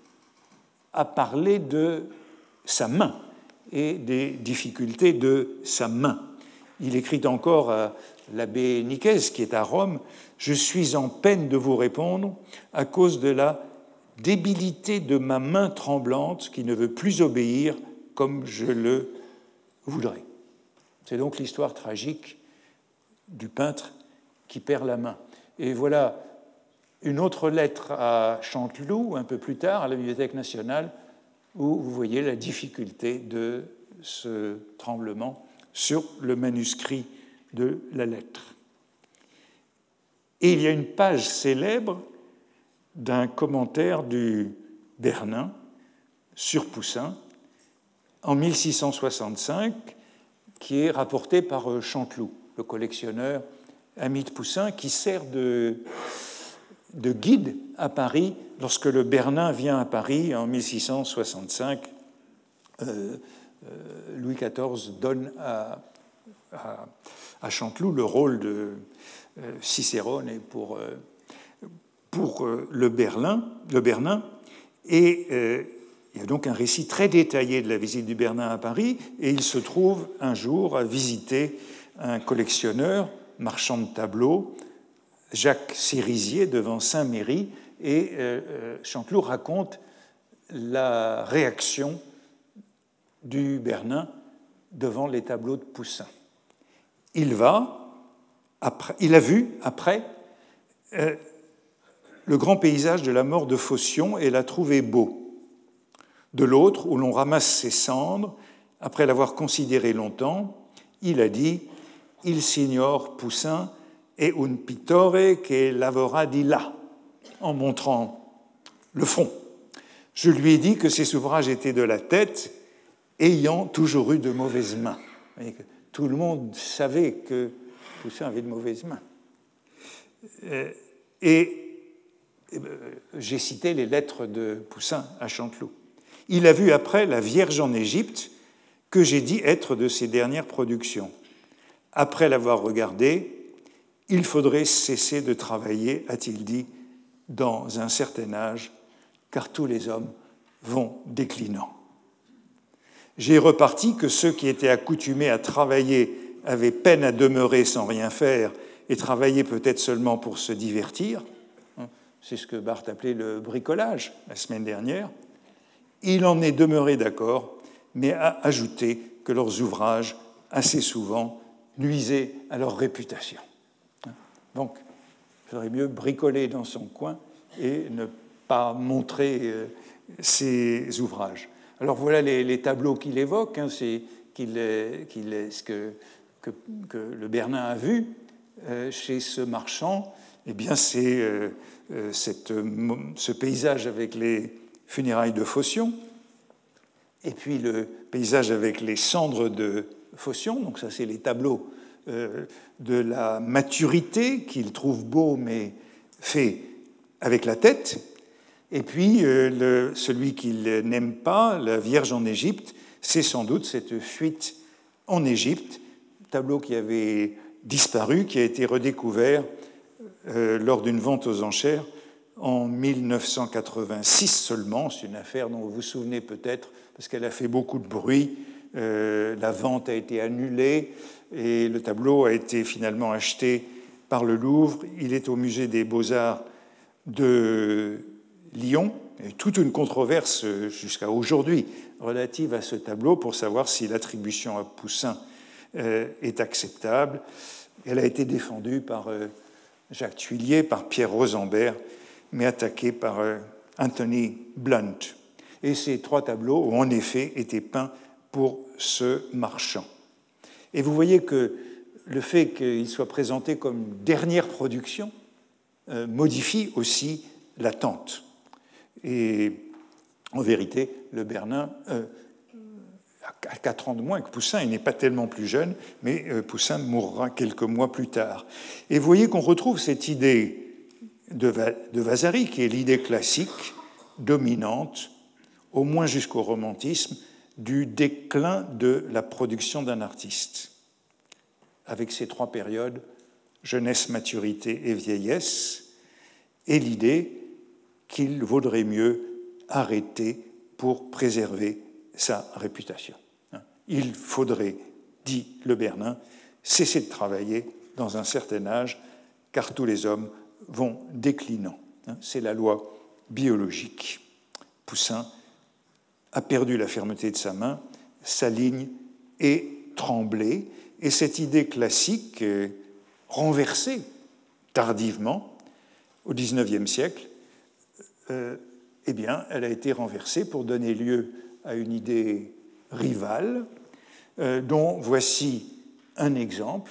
à parler de sa main et des difficultés de sa main. Il écrit encore à l'abbé Nicaise, qui est à Rome, « Je suis en peine de vous répondre à cause de la débilité de ma main tremblante qui ne veut plus obéir comme je le voudrais. » C'est donc l'histoire tragique du peintre qui perd la main. Et voilà une autre lettre à Chanteloup, un peu plus tard, à la Bibliothèque nationale, où vous voyez la difficulté de ce tremblement sur le manuscrit de la lettre. Et il y a une page célèbre d'un commentaire du Bernin sur Poussin en 1665, qui est rapporté par Chanteloup, le collectionneur ami de Poussin, qui sert de guide à Paris lorsque le Bernin vient à Paris en 1665. Louis XIV donne à Chanteloup le rôle de Cicérone et pour le Bernin. Et il y a donc un récit très détaillé de la visite du Bernin à Paris, et il se trouve un jour à visiter un collectionneur, marchand de tableaux, Jacques Cérizier, devant Saint-Méry, et Chanteloup raconte la réaction du Bernin devant les tableaux de Poussin. Il a vu, après, le grand paysage de la mort de Phocion et l'a trouvé beau. De l'autre, où l'on ramasse ses cendres, après l'avoir considéré longtemps, il a dit « Il signor Poussin est un pittore che lavora di là », en montrant le front. Je lui ai dit que ses ouvrages étaient de la tête, ayant toujours eu de mauvaises mains. Tout le monde savait que Poussin avait de mauvaises mains. Et j'ai cité les lettres de Poussin à Chanteloup. Il a vu après la Vierge en Égypte, que j'ai dit être de ses dernières productions. Après l'avoir regardée, il faudrait cesser de travailler, a-t-il dit, dans un certain âge, car tous les hommes vont déclinant. J'ai reparti que ceux qui étaient accoutumés à travailler avaient peine à demeurer sans rien faire et travaillaient peut-être seulement pour se divertir. C'est ce que Barthes appelait le bricolage la semaine dernière. Il en est demeuré d'accord, mais a ajouté que leurs ouvrages, assez souvent, nuisaient à leur réputation. Donc, il faudrait mieux bricoler dans son coin et ne pas montrer ses ouvrages. Alors voilà les tableaux qu'il évoque, c'est ce que le Bernin a vu chez ce marchand. Eh bien, c'est ce paysage avec les funérailles de Phocion, et puis le paysage avec les cendres de Phocion. Donc ça, c'est les tableaux de la maturité qu'il trouve beau, mais fait avec la tête. Et puis, celui qu'il n'aime pas, la Vierge en Égypte, c'est sans doute cette fuite en Égypte, tableau qui avait disparu, qui a été redécouvert lors d'une vente aux enchères en 1986 seulement. C'est une affaire dont vous vous souvenez peut-être, parce qu'elle a fait beaucoup de bruit. La vente a été annulée et le tableau a été finalement acheté par le Louvre. Il est au musée des Beaux-Arts de Lyon. Il y a eu toute une controverse jusqu'à aujourd'hui relative à ce tableau pour savoir si l'attribution à Poussin est acceptable. Elle a été défendue par Jacques Tuillier, par Pierre Rosenberg, mais attaquée par Anthony Blunt. Et ces trois tableaux ont en effet été peints pour ce marchand. Et vous voyez que le fait qu'il soit présenté comme dernière production modifie aussi l'attente. Et en vérité, le Bernin a 4 ans de moins que Poussin. Il n'est pas tellement plus jeune, mais Poussin mourra quelques mois plus tard. Et vous voyez qu'on retrouve cette idée de Vasari, qui est l'idée classique, dominante, au moins jusqu'au romantisme, du déclin de la production d'un artiste, avec ces 3 périodes, jeunesse, maturité et vieillesse, et l'idée qu'il vaudrait mieux arrêter pour préserver sa réputation. Il faudrait, dit le Bernin, cesser de travailler dans un certain âge, car tous les hommes vont déclinant. C'est la loi biologique. Poussin a perdu la fermeté de sa main, sa ligne est tremblée, et cette idée classique, renversée tardivement au XIXe siècle, eh bien, elle a été renversée pour donner lieu à une idée rivale, dont voici un exemple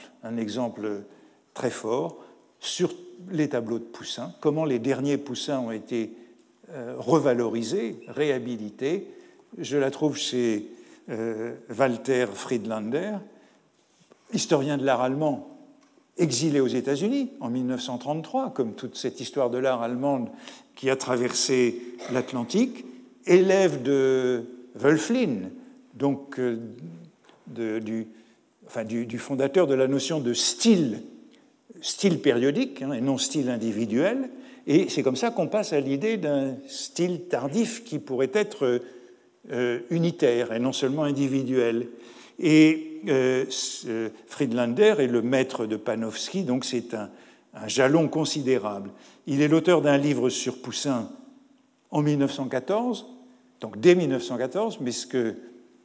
très fort sur les tableaux de Poussin, comment les derniers Poussins ont été revalorisés, réhabilités. Je la trouve chez Walter Friedlander, historien de l'art allemand, exilé aux États-Unis en 1933, comme toute cette histoire de l'art allemande qui a traversé l'Atlantique, élève de Wölfflin, donc du fondateur de la notion de style périodique, et non style individuel, et c'est comme ça qu'on passe à l'idée d'un style tardif qui pourrait être unitaire et non seulement individuel. Et Friedlander est le maître de Panofsky, donc c'est un jalon considérable. Il est l'auteur d'un livre sur Poussin en 1914, donc dès 1914, mais ce que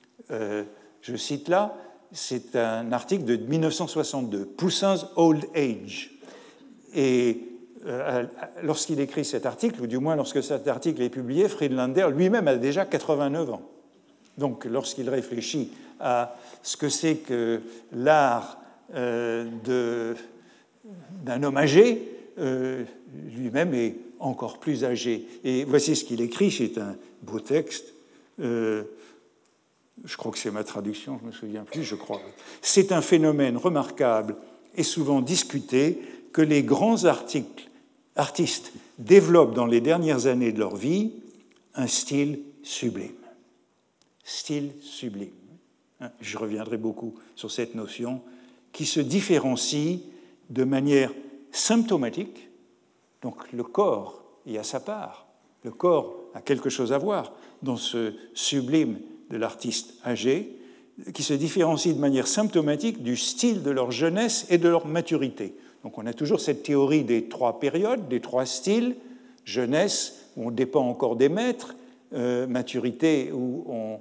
je cite là, c'est un article de 1962, Poussin's Old Age. Et lorsqu'il écrit cet article, ou du moins lorsque cet article est publié, Friedlander lui-même a déjà 89 ans. Donc lorsqu'il réfléchit à ce que c'est que l'art d'un homme âgé, lui-même est encore plus âgé. Et voici ce qu'il écrit, c'est un beau texte. Je crois que c'est ma traduction, je ne me souviens plus, je crois. C'est un phénomène remarquable et souvent discuté que les grands artistes développent dans les dernières années de leur vie un style sublime. Style sublime. Je reviendrai beaucoup sur cette notion qui se différencie de manière symptomatique. Donc le corps y a sa part. Le corps a quelque chose à voir dans ce sublime de l'artiste âgé, qui se différencie de manière symptomatique du style de leur jeunesse et de leur maturité. Donc on a toujours cette théorie des trois périodes, des trois styles, jeunesse, où on dépend encore des maîtres, maturité, où on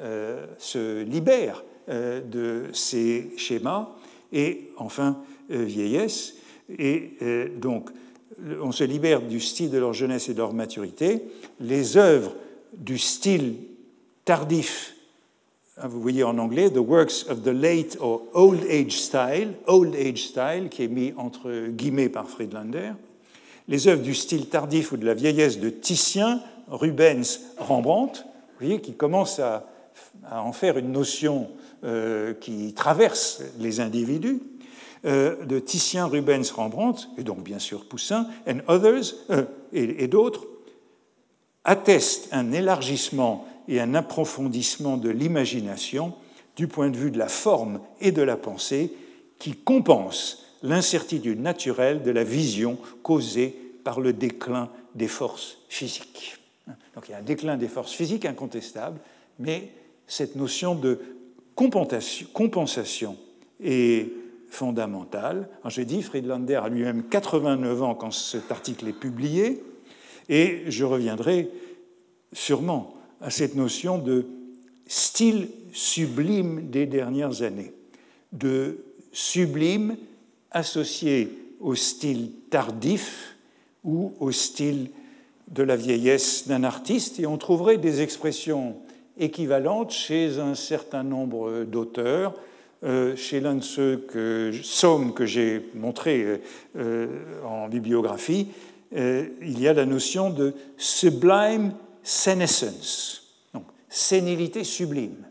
se libère de ces schémas, et enfin vieillesse. Et donc on se libère du style de leur jeunesse et de leur maturité. Les œuvres du style tardif, vous voyez en anglais, the works of the late or old age style, qui est mis entre guillemets par Friedlander, les œuvres du style tardif ou de la vieillesse de Titien, Rubens, Rembrandt, vous voyez, qui commencent à en faire une notion qui traverse les individus, de Titien, Rubens, Rembrandt, et donc bien sûr Poussin, and others, et d'autres, attestent un élargissement et un approfondissement de l'imagination du point de vue de la forme et de la pensée qui compense l'incertitude naturelle de la vision causée par le déclin des forces physiques. Donc il y a un déclin des forces physiques incontestable, mais cette notion de compensation est fondamentale. Alors, je dis, Friedlander a lui-même 89 ans quand cet article est publié, et je reviendrai sûrement à cette notion de style sublime des dernières années, de sublime associé au style tardif ou au style de la vieillesse d'un artiste, et on trouverait des expressions équivalentes chez un certain nombre d'auteurs. Chez l'un de ceux Somme que j'ai montré en bibliographie, il y a la notion de sublime senescence, donc sénilité sublime.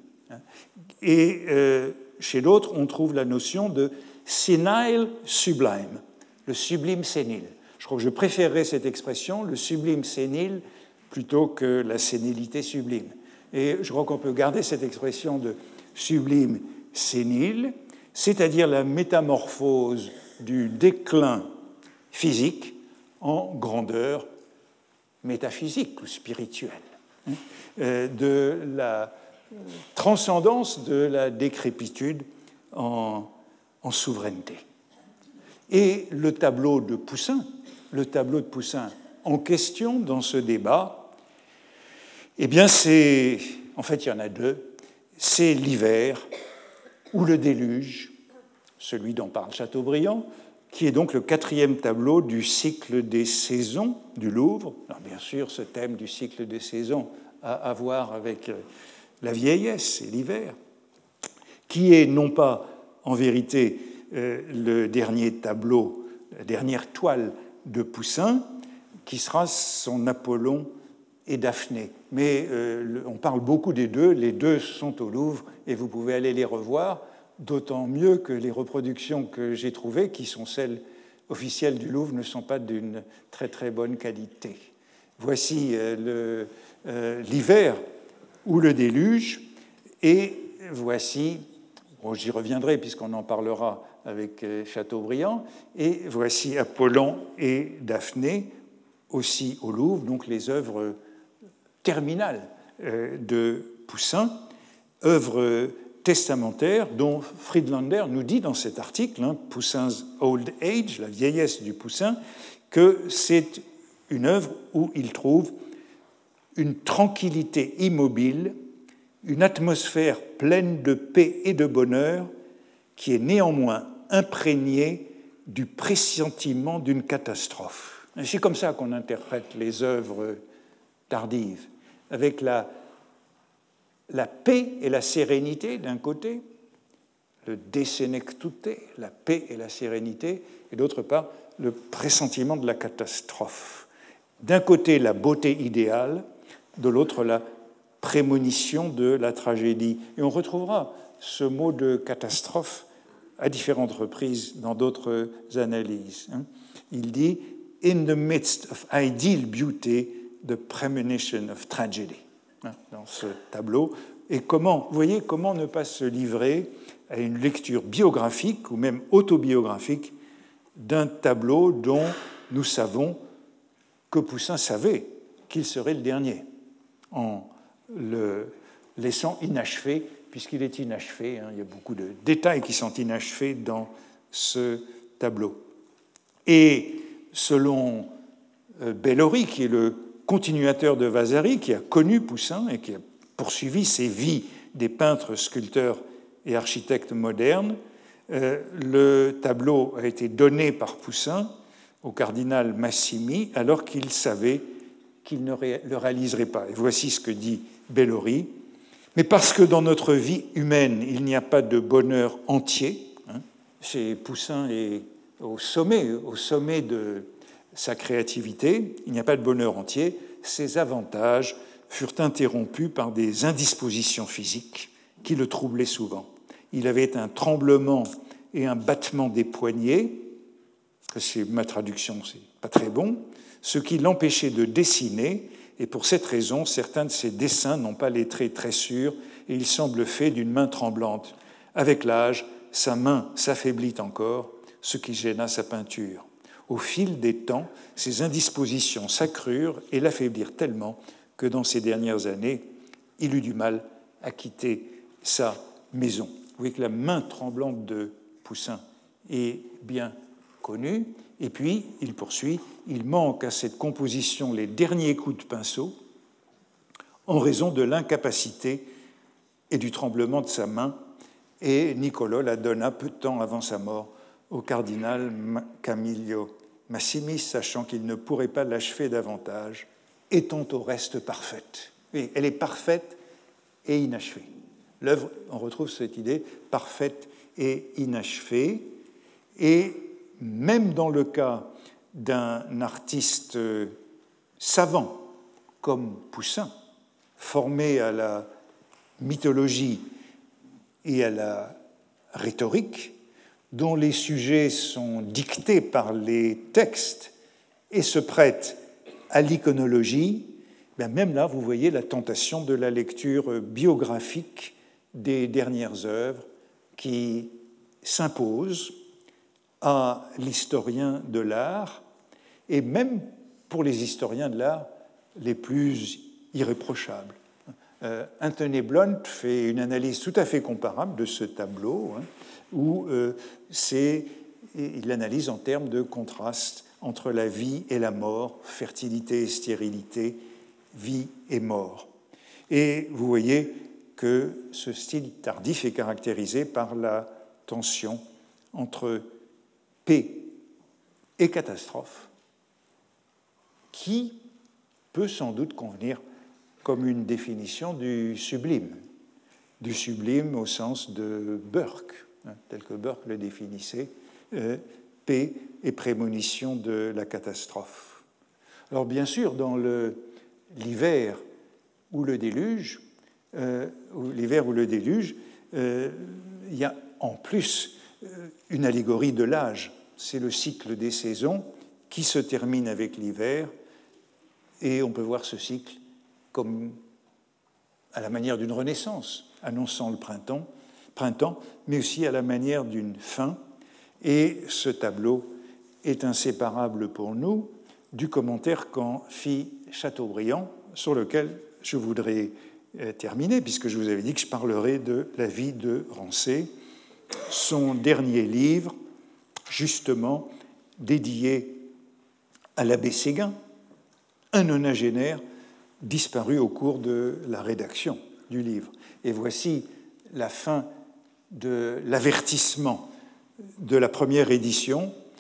Et chez d'autres, on trouve la notion de senile sublime, le sublime sénile. Je crois que je préférerais cette expression, le sublime sénile, plutôt que la sénilité sublime. Et je crois qu'on peut garder cette expression de sublime sénile, c'est-à-dire la métamorphose du déclin physique en grandeur métaphysique ou spirituelle, de la transcendance de la décrépitude en souveraineté. Et le tableau de Poussin en question dans ce débat, eh bien en fait il y en a deux, c'est l'hiver ou le déluge, celui dont parle Chateaubriand, qui est donc le 4e tableau du cycle des saisons du Louvre. Alors bien sûr, ce thème du cycle des saisons a à voir avec la vieillesse et l'hiver, qui est non pas en vérité le dernier tableau, la dernière toile de Poussin, qui sera son Apollon et Daphné. Mais on parle beaucoup des deux, les deux sont au Louvre et vous pouvez aller les revoir, d'autant mieux que les reproductions que j'ai trouvées, qui sont celles officielles du Louvre, ne sont pas d'une très très bonne qualité. Voici l'hiver ou le déluge, et voici, j'y reviendrai puisqu'on en parlera avec Chateaubriand, et voici Apollon et Daphné, aussi au Louvre, donc les œuvres terminales de Poussin, œuvres testamentaires dont Friedlander nous dit dans cet article, Poussin's Old Age, la vieillesse du Poussin, que c'est une œuvre où il trouve une tranquillité immobile, une atmosphère pleine de paix et de bonheur qui est néanmoins imprégnée du pressentiment d'une catastrophe. C'est comme ça qu'on interprète les œuvres tardives, avec la paix et la sérénité d'un côté, le desenectute, la paix et la sérénité, et d'autre part, le pressentiment de la catastrophe. D'un côté, la beauté idéale, de l'autre, la prémonition de la tragédie. Et on retrouvera ce mot de catastrophe à différentes reprises dans d'autres analyses. Il dit « In the midst of ideal beauty, the premonition of tragedy ». Dans ce tableau. Et comment, vous voyez, comment ne pas se livrer à une lecture biographique ou même autobiographique d'un tableau dont nous savons que Poussin savait qu'il serait le dernier, en le laissant inachevé, puisqu'il est inachevé. Il y a beaucoup de détails qui sont inachevés dans ce tableau. Et selon Bellori, qui est le continuateur de Vasari, qui a connu Poussin et qui a poursuivi ses vies des peintres, sculpteurs et architectes modernes, le tableau a été donné par Poussin au cardinal Massimi alors qu'il savait qu'il ne le réaliserait pas. Et voici ce que dit Bellori. Mais parce que dans notre vie humaine, il n'y a pas de bonheur entier, chez Poussin est au sommet de sa créativité, il n'y a pas de bonheur entier, ses avantages furent interrompus par des indispositions physiques qui le troublaient souvent. Il avait un tremblement et un battement des poignets, c'est ma traduction, c'est pas très bon, ce qui l'empêchait de dessiner, et pour cette raison, certains de ses dessins n'ont pas les traits très sûrs et ils semblent faits d'une main tremblante. Avec l'âge, sa main s'affaiblit encore, ce qui gêna sa peinture. Au fil des temps, ses indispositions s'accrurent et l'affaiblirent tellement que dans ces dernières années, il eut du mal à quitter sa maison. Vous voyez que la main tremblante de Poussin est bien connue. Et puis, il poursuit, il manque à cette composition les derniers coups de pinceau en raison de l'incapacité et du tremblement de sa main. Et Niccolò la donna peu de temps avant sa mort au cardinal Camillo Massimi, sachant qu'il ne pourrait pas l'achever davantage, étant au reste parfaite. Et elle est parfaite et inachevée. L'œuvre, on retrouve cette idée, parfaite et inachevée. Et même dans le cas d'un artiste savant comme Poussin, formé à la mythologie et à la rhétorique, dont les sujets sont dictés par les textes et se prêtent à l'iconologie, même là, vous voyez la tentation de la lecture biographique des dernières œuvres qui s'impose à l'historien de l'art, et même pour les historiens de l'art les plus irréprochables. Anthony Blunt fait une analyse tout à fait comparable de ce tableau, où il analyse en termes de contraste entre la vie et la mort, fertilité et stérilité, vie et mort. Et vous voyez que ce style tardif est caractérisé par la tension entre paix et catastrophe, qui peut sans doute convenir comme une définition du sublime au sens de Burke, tel que Burke le définissait, paix et prémonition de la catastrophe. Alors bien sûr, dans l'hiver ou le déluge, il y a en plus une allégorie de l'âge. C'est le cycle des saisons qui se termine avec l'hiver, et on peut voir ce cycle comme à la manière d'une renaissance, annonçant le printemps, mais aussi à la manière d'une fin. Et ce tableau est inséparable pour nous du commentaire qu'en fit Chateaubriand, sur lequel je voudrais terminer, puisque je vous avais dit que je parlerai de la vie de Rancé, son dernier livre, justement dédié à l'abbé Séguin, un nonagénaire disparu au cours de la rédaction du livre. Et voici la fin de l'avertissement de la première édition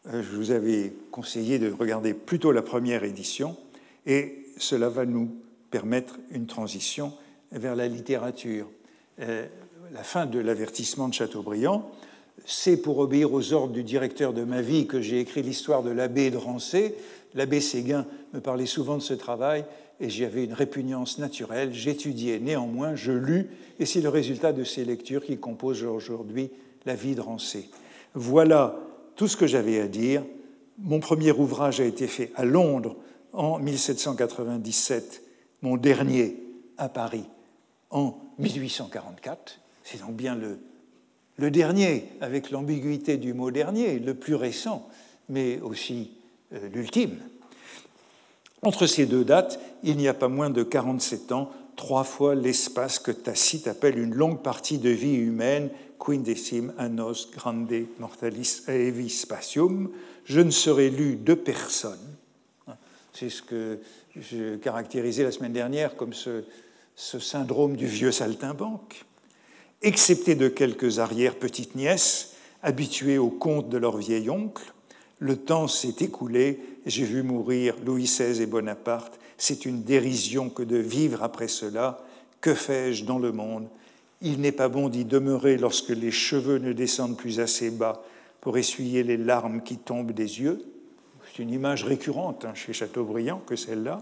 Je vous avais conseillé de regarder plutôt la première édition, et cela va nous permettre une transition vers la littérature. La fin de l'avertissement de Chateaubriand, c'est pour obéir aux ordres du directeur de ma vie que j'ai écrit l'histoire de l'abbé de Rancé. L'abbé Séguin me parlait souvent de ce travail, et j'y avais une répugnance naturelle. J'étudiais néanmoins, je lus, et c'est le résultat de ces lectures qui composent aujourd'hui la vie de Rancé. Voilà tout ce que j'avais à dire. Mon premier ouvrage a été fait à Londres en 1797, mon dernier à Paris en 1844. C'est donc bien le dernier, avec l'ambiguïté du mot dernier, le plus récent, mais aussi l'ultime. Entre ces deux dates, il n'y a pas moins de 47 ans, 3 fois l'espace que Tacite appelle une longue partie de vie humaine, quindecim annos grande mortalis aevi spatium. Je ne serai lu de personne. C'est ce que je caractérisais la semaine dernière comme ce syndrome du vieux saltimbanque, excepté de quelques arrière-petites-nièces habituées aux contes de leur vieil oncle. Le temps s'est écoulé, j'ai vu mourir Louis XVI et Bonaparte. C'est une dérision que de vivre après cela. Que fais-je dans le monde? Il n'est pas bon d'y demeurer lorsque les cheveux ne descendent plus assez bas pour essuyer les larmes qui tombent des yeux. C'est une image récurrente chez Chateaubriand que celle-là.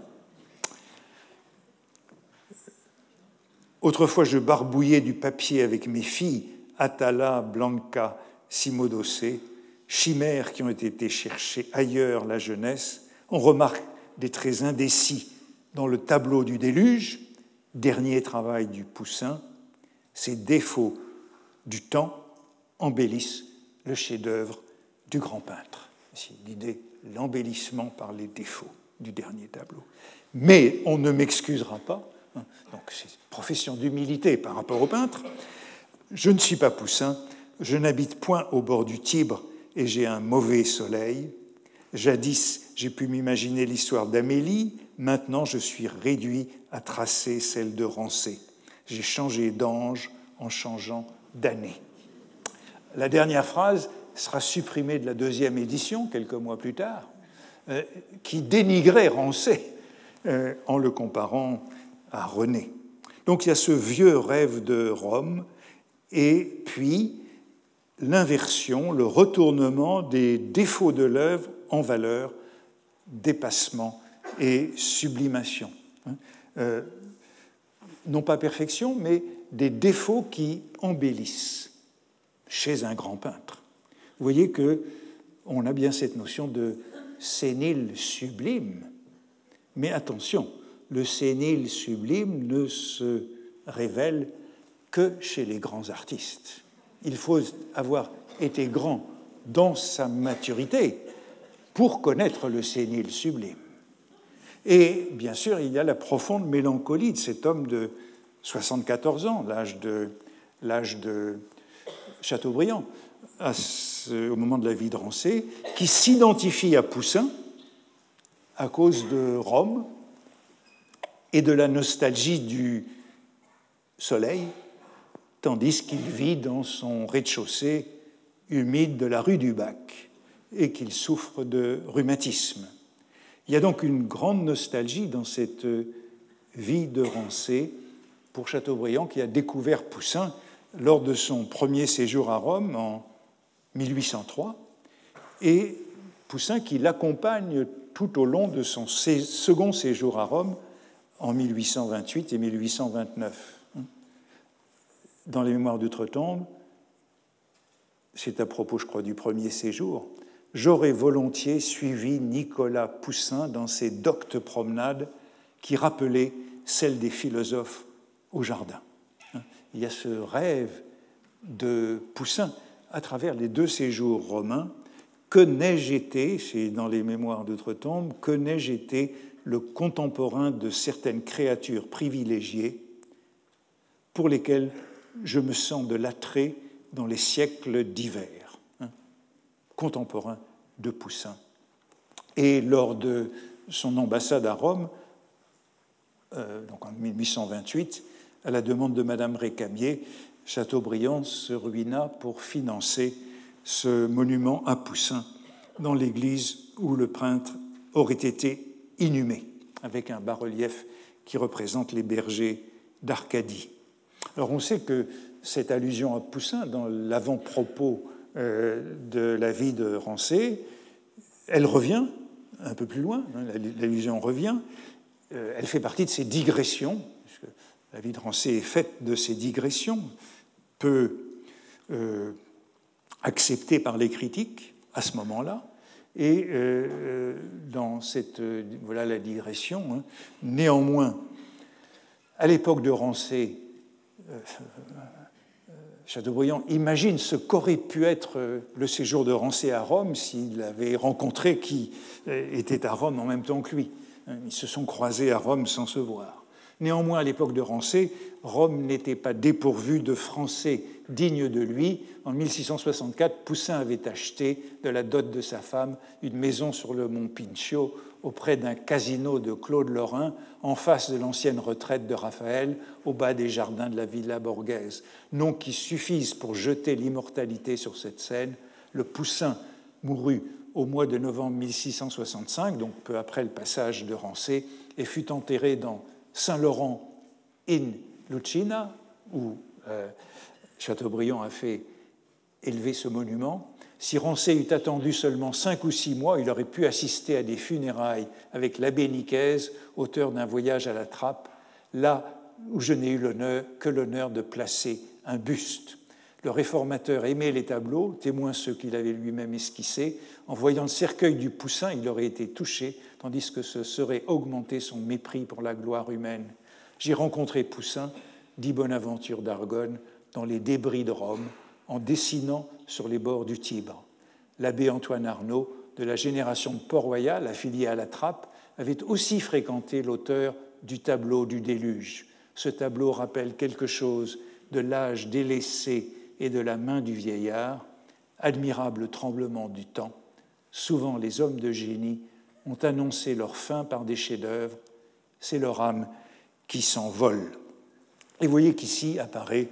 Autrefois, je barbouillais du papier avec mes filles, Atala, Blanca, Simodocé, chimères qui ont été cherchées ailleurs la jeunesse. On remarque des traits indécis dans le tableau du déluge, dernier travail du Poussin. Ces défauts du temps embellissent le chef-d'œuvre du grand peintre. C'est l'idée, l'embellissement par les défauts du dernier tableau. Mais on ne m'excusera pas, donc c'est une profession d'humilité par rapport au peintre. Je ne suis pas Poussin, je n'habite point au bord du Tibre et j'ai un mauvais soleil. Jadis, j'ai pu m'imaginer l'histoire d'Amélie, maintenant je suis réduit à tracer celle de Rancé. J'ai changé d'ange en changeant d'année. La dernière phrase sera supprimée de la deuxième édition, quelques mois plus tard, qui dénigrait Rancé en le comparant à René. Donc il y a ce vieux rêve de Rome, et puis l'inversion, le retournement des défauts de l'œuvre en valeur, dépassement et sublimation. Non pas perfection, mais des défauts qui embellissent chez un grand peintre. Vous voyez qu'on a bien cette notion de sénile sublime, mais attention, le sénile sublime ne se révèle que chez les grands artistes. Il faut avoir été grand dans sa maturité pour connaître le sénile sublime. Et bien sûr, il y a la profonde mélancolie de cet homme de 74 ans, l'âge de Chateaubriand, au moment de la vie de Rancé, qui s'identifie à Poussin à cause de Rome et de la nostalgie du soleil, tandis qu'il vit dans son rez-de-chaussée humide de la rue du Bac et qu'il souffre de rhumatisme. Il y a donc une grande nostalgie dans cette vie de Rancé pour Chateaubriand, qui a découvert Poussin lors de son premier séjour à Rome en 1803, et Poussin qui l'accompagne tout au long de son second séjour à Rome en 1828 et 1829. Dans les Mémoires d'Outre-Tombe, c'est à propos, je crois, du premier séjour, « J'aurais volontiers suivi Nicolas Poussin dans ses doctes promenades qui rappelaient celles des philosophes au jardin. » Il y a ce rêve de Poussin à travers les deux séjours romains. Que n'ai-je été, c'est dans les Mémoires d'Outre-Tombe, que n'ai-je été le contemporain de certaines créatures privilégiées pour lesquelles je me sens de l'attrait dans les siècles divers. Contemporain de Poussin. Et lors de son ambassade à Rome, donc en 1828, à la demande de Madame Récamier, Chateaubriand se ruina pour financer ce monument à Poussin dans l'église où le peintre aurait été inhumé, avec un bas-relief qui représente les bergers d'Arcadie. Alors on sait que cette allusion à Poussin, dans l'avant-propos de la vie de Rancé, elle revient un peu plus loin, l'allusion revient, elle fait partie de ces digressions, puisque la vie de Rancé est faite de ces digressions, peu acceptées par les critiques à ce moment-là, et dans cette, voilà la digression, néanmoins, à l'époque de Rancé, Chateaubriand imagine ce qu'aurait pu être le séjour de Rancé à Rome s'il avait rencontré qui était à Rome en même temps que lui. Ils se sont croisés à Rome sans se voir. Néanmoins, à l'époque de Rancé, Rome n'était pas dépourvue de Français dignes de lui. En 1664, Poussin avait acheté de la dot de sa femme une maison sur le mont Pincio, auprès d'un casino de Claude Lorrain, en face de l'ancienne retraite de Raphaël, au bas des jardins de la Villa Borghese. Noms qui suffisent pour jeter l'immortalité sur cette scène. Le Poussin mourut au mois de novembre 1665, donc peu après le passage de Rancé, et fut enterré dans Saint-Laurent in Lucina, où Chateaubriand a fait élever ce monument. Si Rancé eût attendu seulement 5 ou 6 mois, il aurait pu assister à des funérailles avec l'abbé Nicaise, auteur d'un voyage à la trappe, là où je n'ai eu que l'honneur de placer un buste. Le réformateur aimait les tableaux, témoin ceux qu'il avait lui-même esquissés. En voyant le cercueil du Poussin, il aurait été touché, tandis que ce serait augmenter son mépris pour la gloire humaine. J'ai rencontré Poussin, dit Bonaventure d'Argonne, dans les débris de Rome, en dessinant sur les bords du Tibre. L'abbé Antoine Arnaud, de la génération de Port-Royal, affilié à la Trappe, avait aussi fréquenté l'auteur du tableau du déluge. Ce tableau rappelle quelque chose de l'âge délaissé et de la main du vieillard, admirable tremblement du temps. Souvent, les hommes de génie ont annoncé leur fin par des chefs-d'œuvre. C'est leur âme qui s'envole. Et vous voyez qu'ici apparaît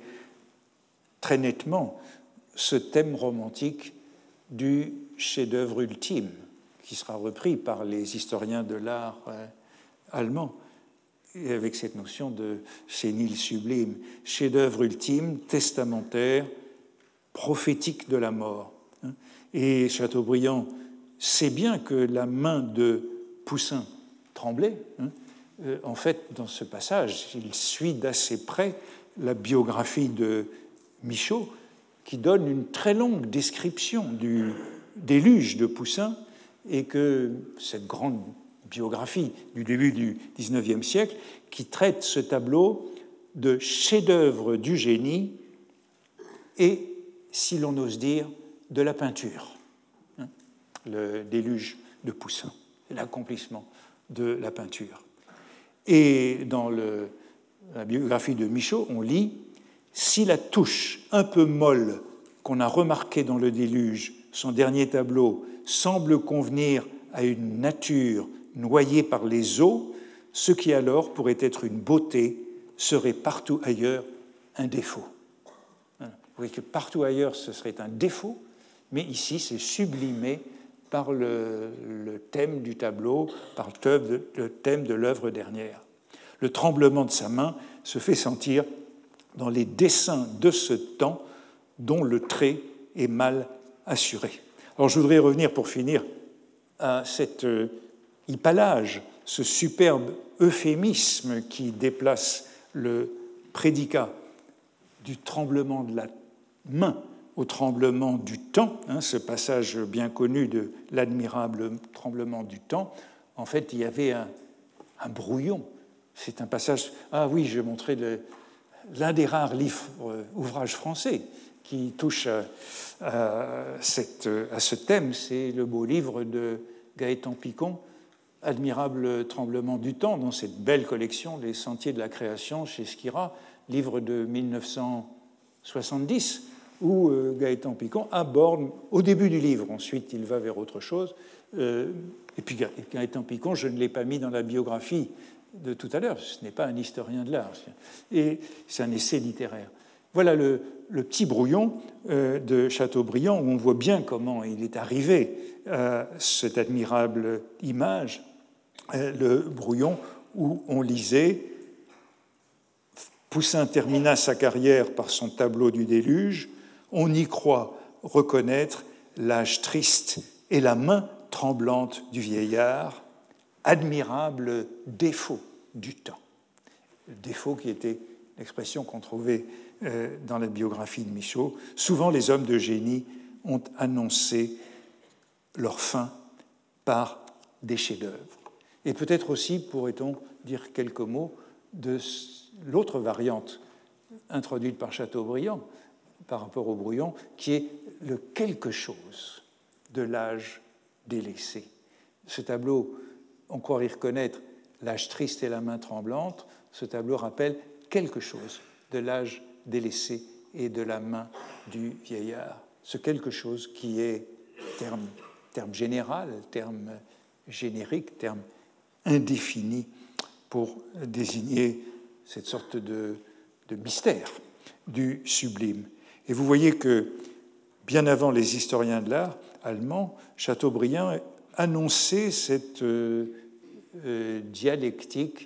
très nettement ce thème romantique du chef-d'œuvre ultime, qui sera repris par les historiens de l'art allemands, et avec cette notion de sénile sublime, chef-d'œuvre ultime, testamentaire, prophétique de la mort. Et Chateaubriand sait bien que la main de Poussin tremblait. En fait, dans ce passage, il suit d'assez près la biographie de Michaud, qui donne une très longue description du déluge de Poussin, et que cette grande biographie du début du XIXe siècle, qui traite ce tableau de chef-d'œuvre du génie et, si l'on ose dire, de la peinture. Le déluge de Poussin, l'accomplissement de la peinture. Et dans la biographie de Michaud, on lit « Si la touche un peu molle qu'on a remarquée dans le déluge, son dernier tableau, semble convenir à une nature noyée par les eaux, ce qui alors pourrait être une beauté serait partout ailleurs un défaut. » Vous voyez que partout ailleurs ce serait un défaut, mais ici c'est sublimé par le thème du tableau, par le thème de l'œuvre dernière. Le tremblement de sa main se fait sentir dans les dessins de ce temps dont le trait est mal assuré. Alors je voudrais revenir pour finir à cet hypallage, ce superbe euphémisme qui déplace le prédicat du tremblement de la main au tremblement du temps, ce passage bien connu de l'admirable tremblement du temps. En fait, il y avait un brouillon. C'est un passage... Ah oui, je montrais l'un des rares ouvrages français qui touche à ce thème, c'est le beau livre de Gaëtan Picon, Admirable tremblement du temps, dans cette belle collection, Les Sentiers de la création, chez Skira, livre de 1970, où Gaëtan Picon aborde, au début du livre, ensuite il va vers autre chose, et puis Gaëtan Picon, je ne l'ai pas mis dans la biographie de tout à l'heure, ce n'est pas un historien de l'art, et c'est un essai littéraire. Voilà le petit brouillon de Chateaubriand, où on voit bien comment il est arrivé à cette admirable image, le brouillon où on lisait « Poussin termina sa carrière par son tableau du déluge, on y croit reconnaître l'âge triste et la main tremblante du vieillard, admirable défaut du temps ». Le défaut qui était l'expression qu'on trouvait dans la biographie de Michaux. Souvent, les hommes de génie ont annoncé leur fin par des chefs-d'œuvre. Et peut-être aussi, pourrait-on dire quelques mots de l'autre variante introduite par Chateaubriand par rapport au brouillon, qui est le quelque chose de l'âge délaissé. Ce tableau, on croit y reconnaître l'âge triste et la main tremblante. Ce tableau rappelle quelque chose de l'âge délaissé et de la main du vieillard. Ce quelque chose qui est terme général, terme générique, terme indéfini pour désigner cette sorte de mystère du sublime. Et vous voyez que, bien avant les historiens de l'art allemands, Chateaubriand annonçait cette dialectique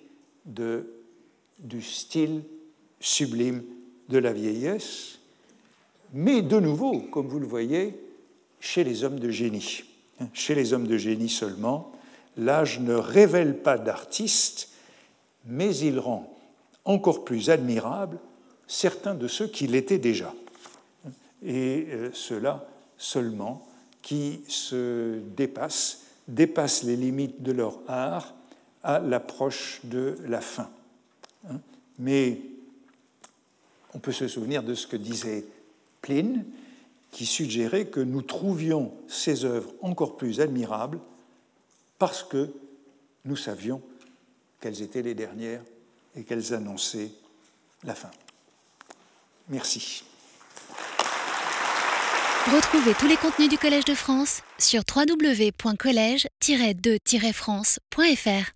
du style sublime de la vieillesse, mais de nouveau, comme vous le voyez, chez les hommes de génie. Chez les hommes de génie seulement, l'âge ne révèle pas d'artiste, mais il rend encore plus admirable certains de ceux qui l'étaient déjà. Et ceux-là seulement qui se dépassent les limites de leur art à l'approche de la fin. Mais on peut se souvenir de ce que disait Pline, qui suggérait que nous trouvions ces œuvres encore plus admirables parce que nous savions qu'elles étaient les dernières et qu'elles annonçaient la fin. Merci. Retrouvez tous les contenus du Collège de France sur www.collège-2-france.fr.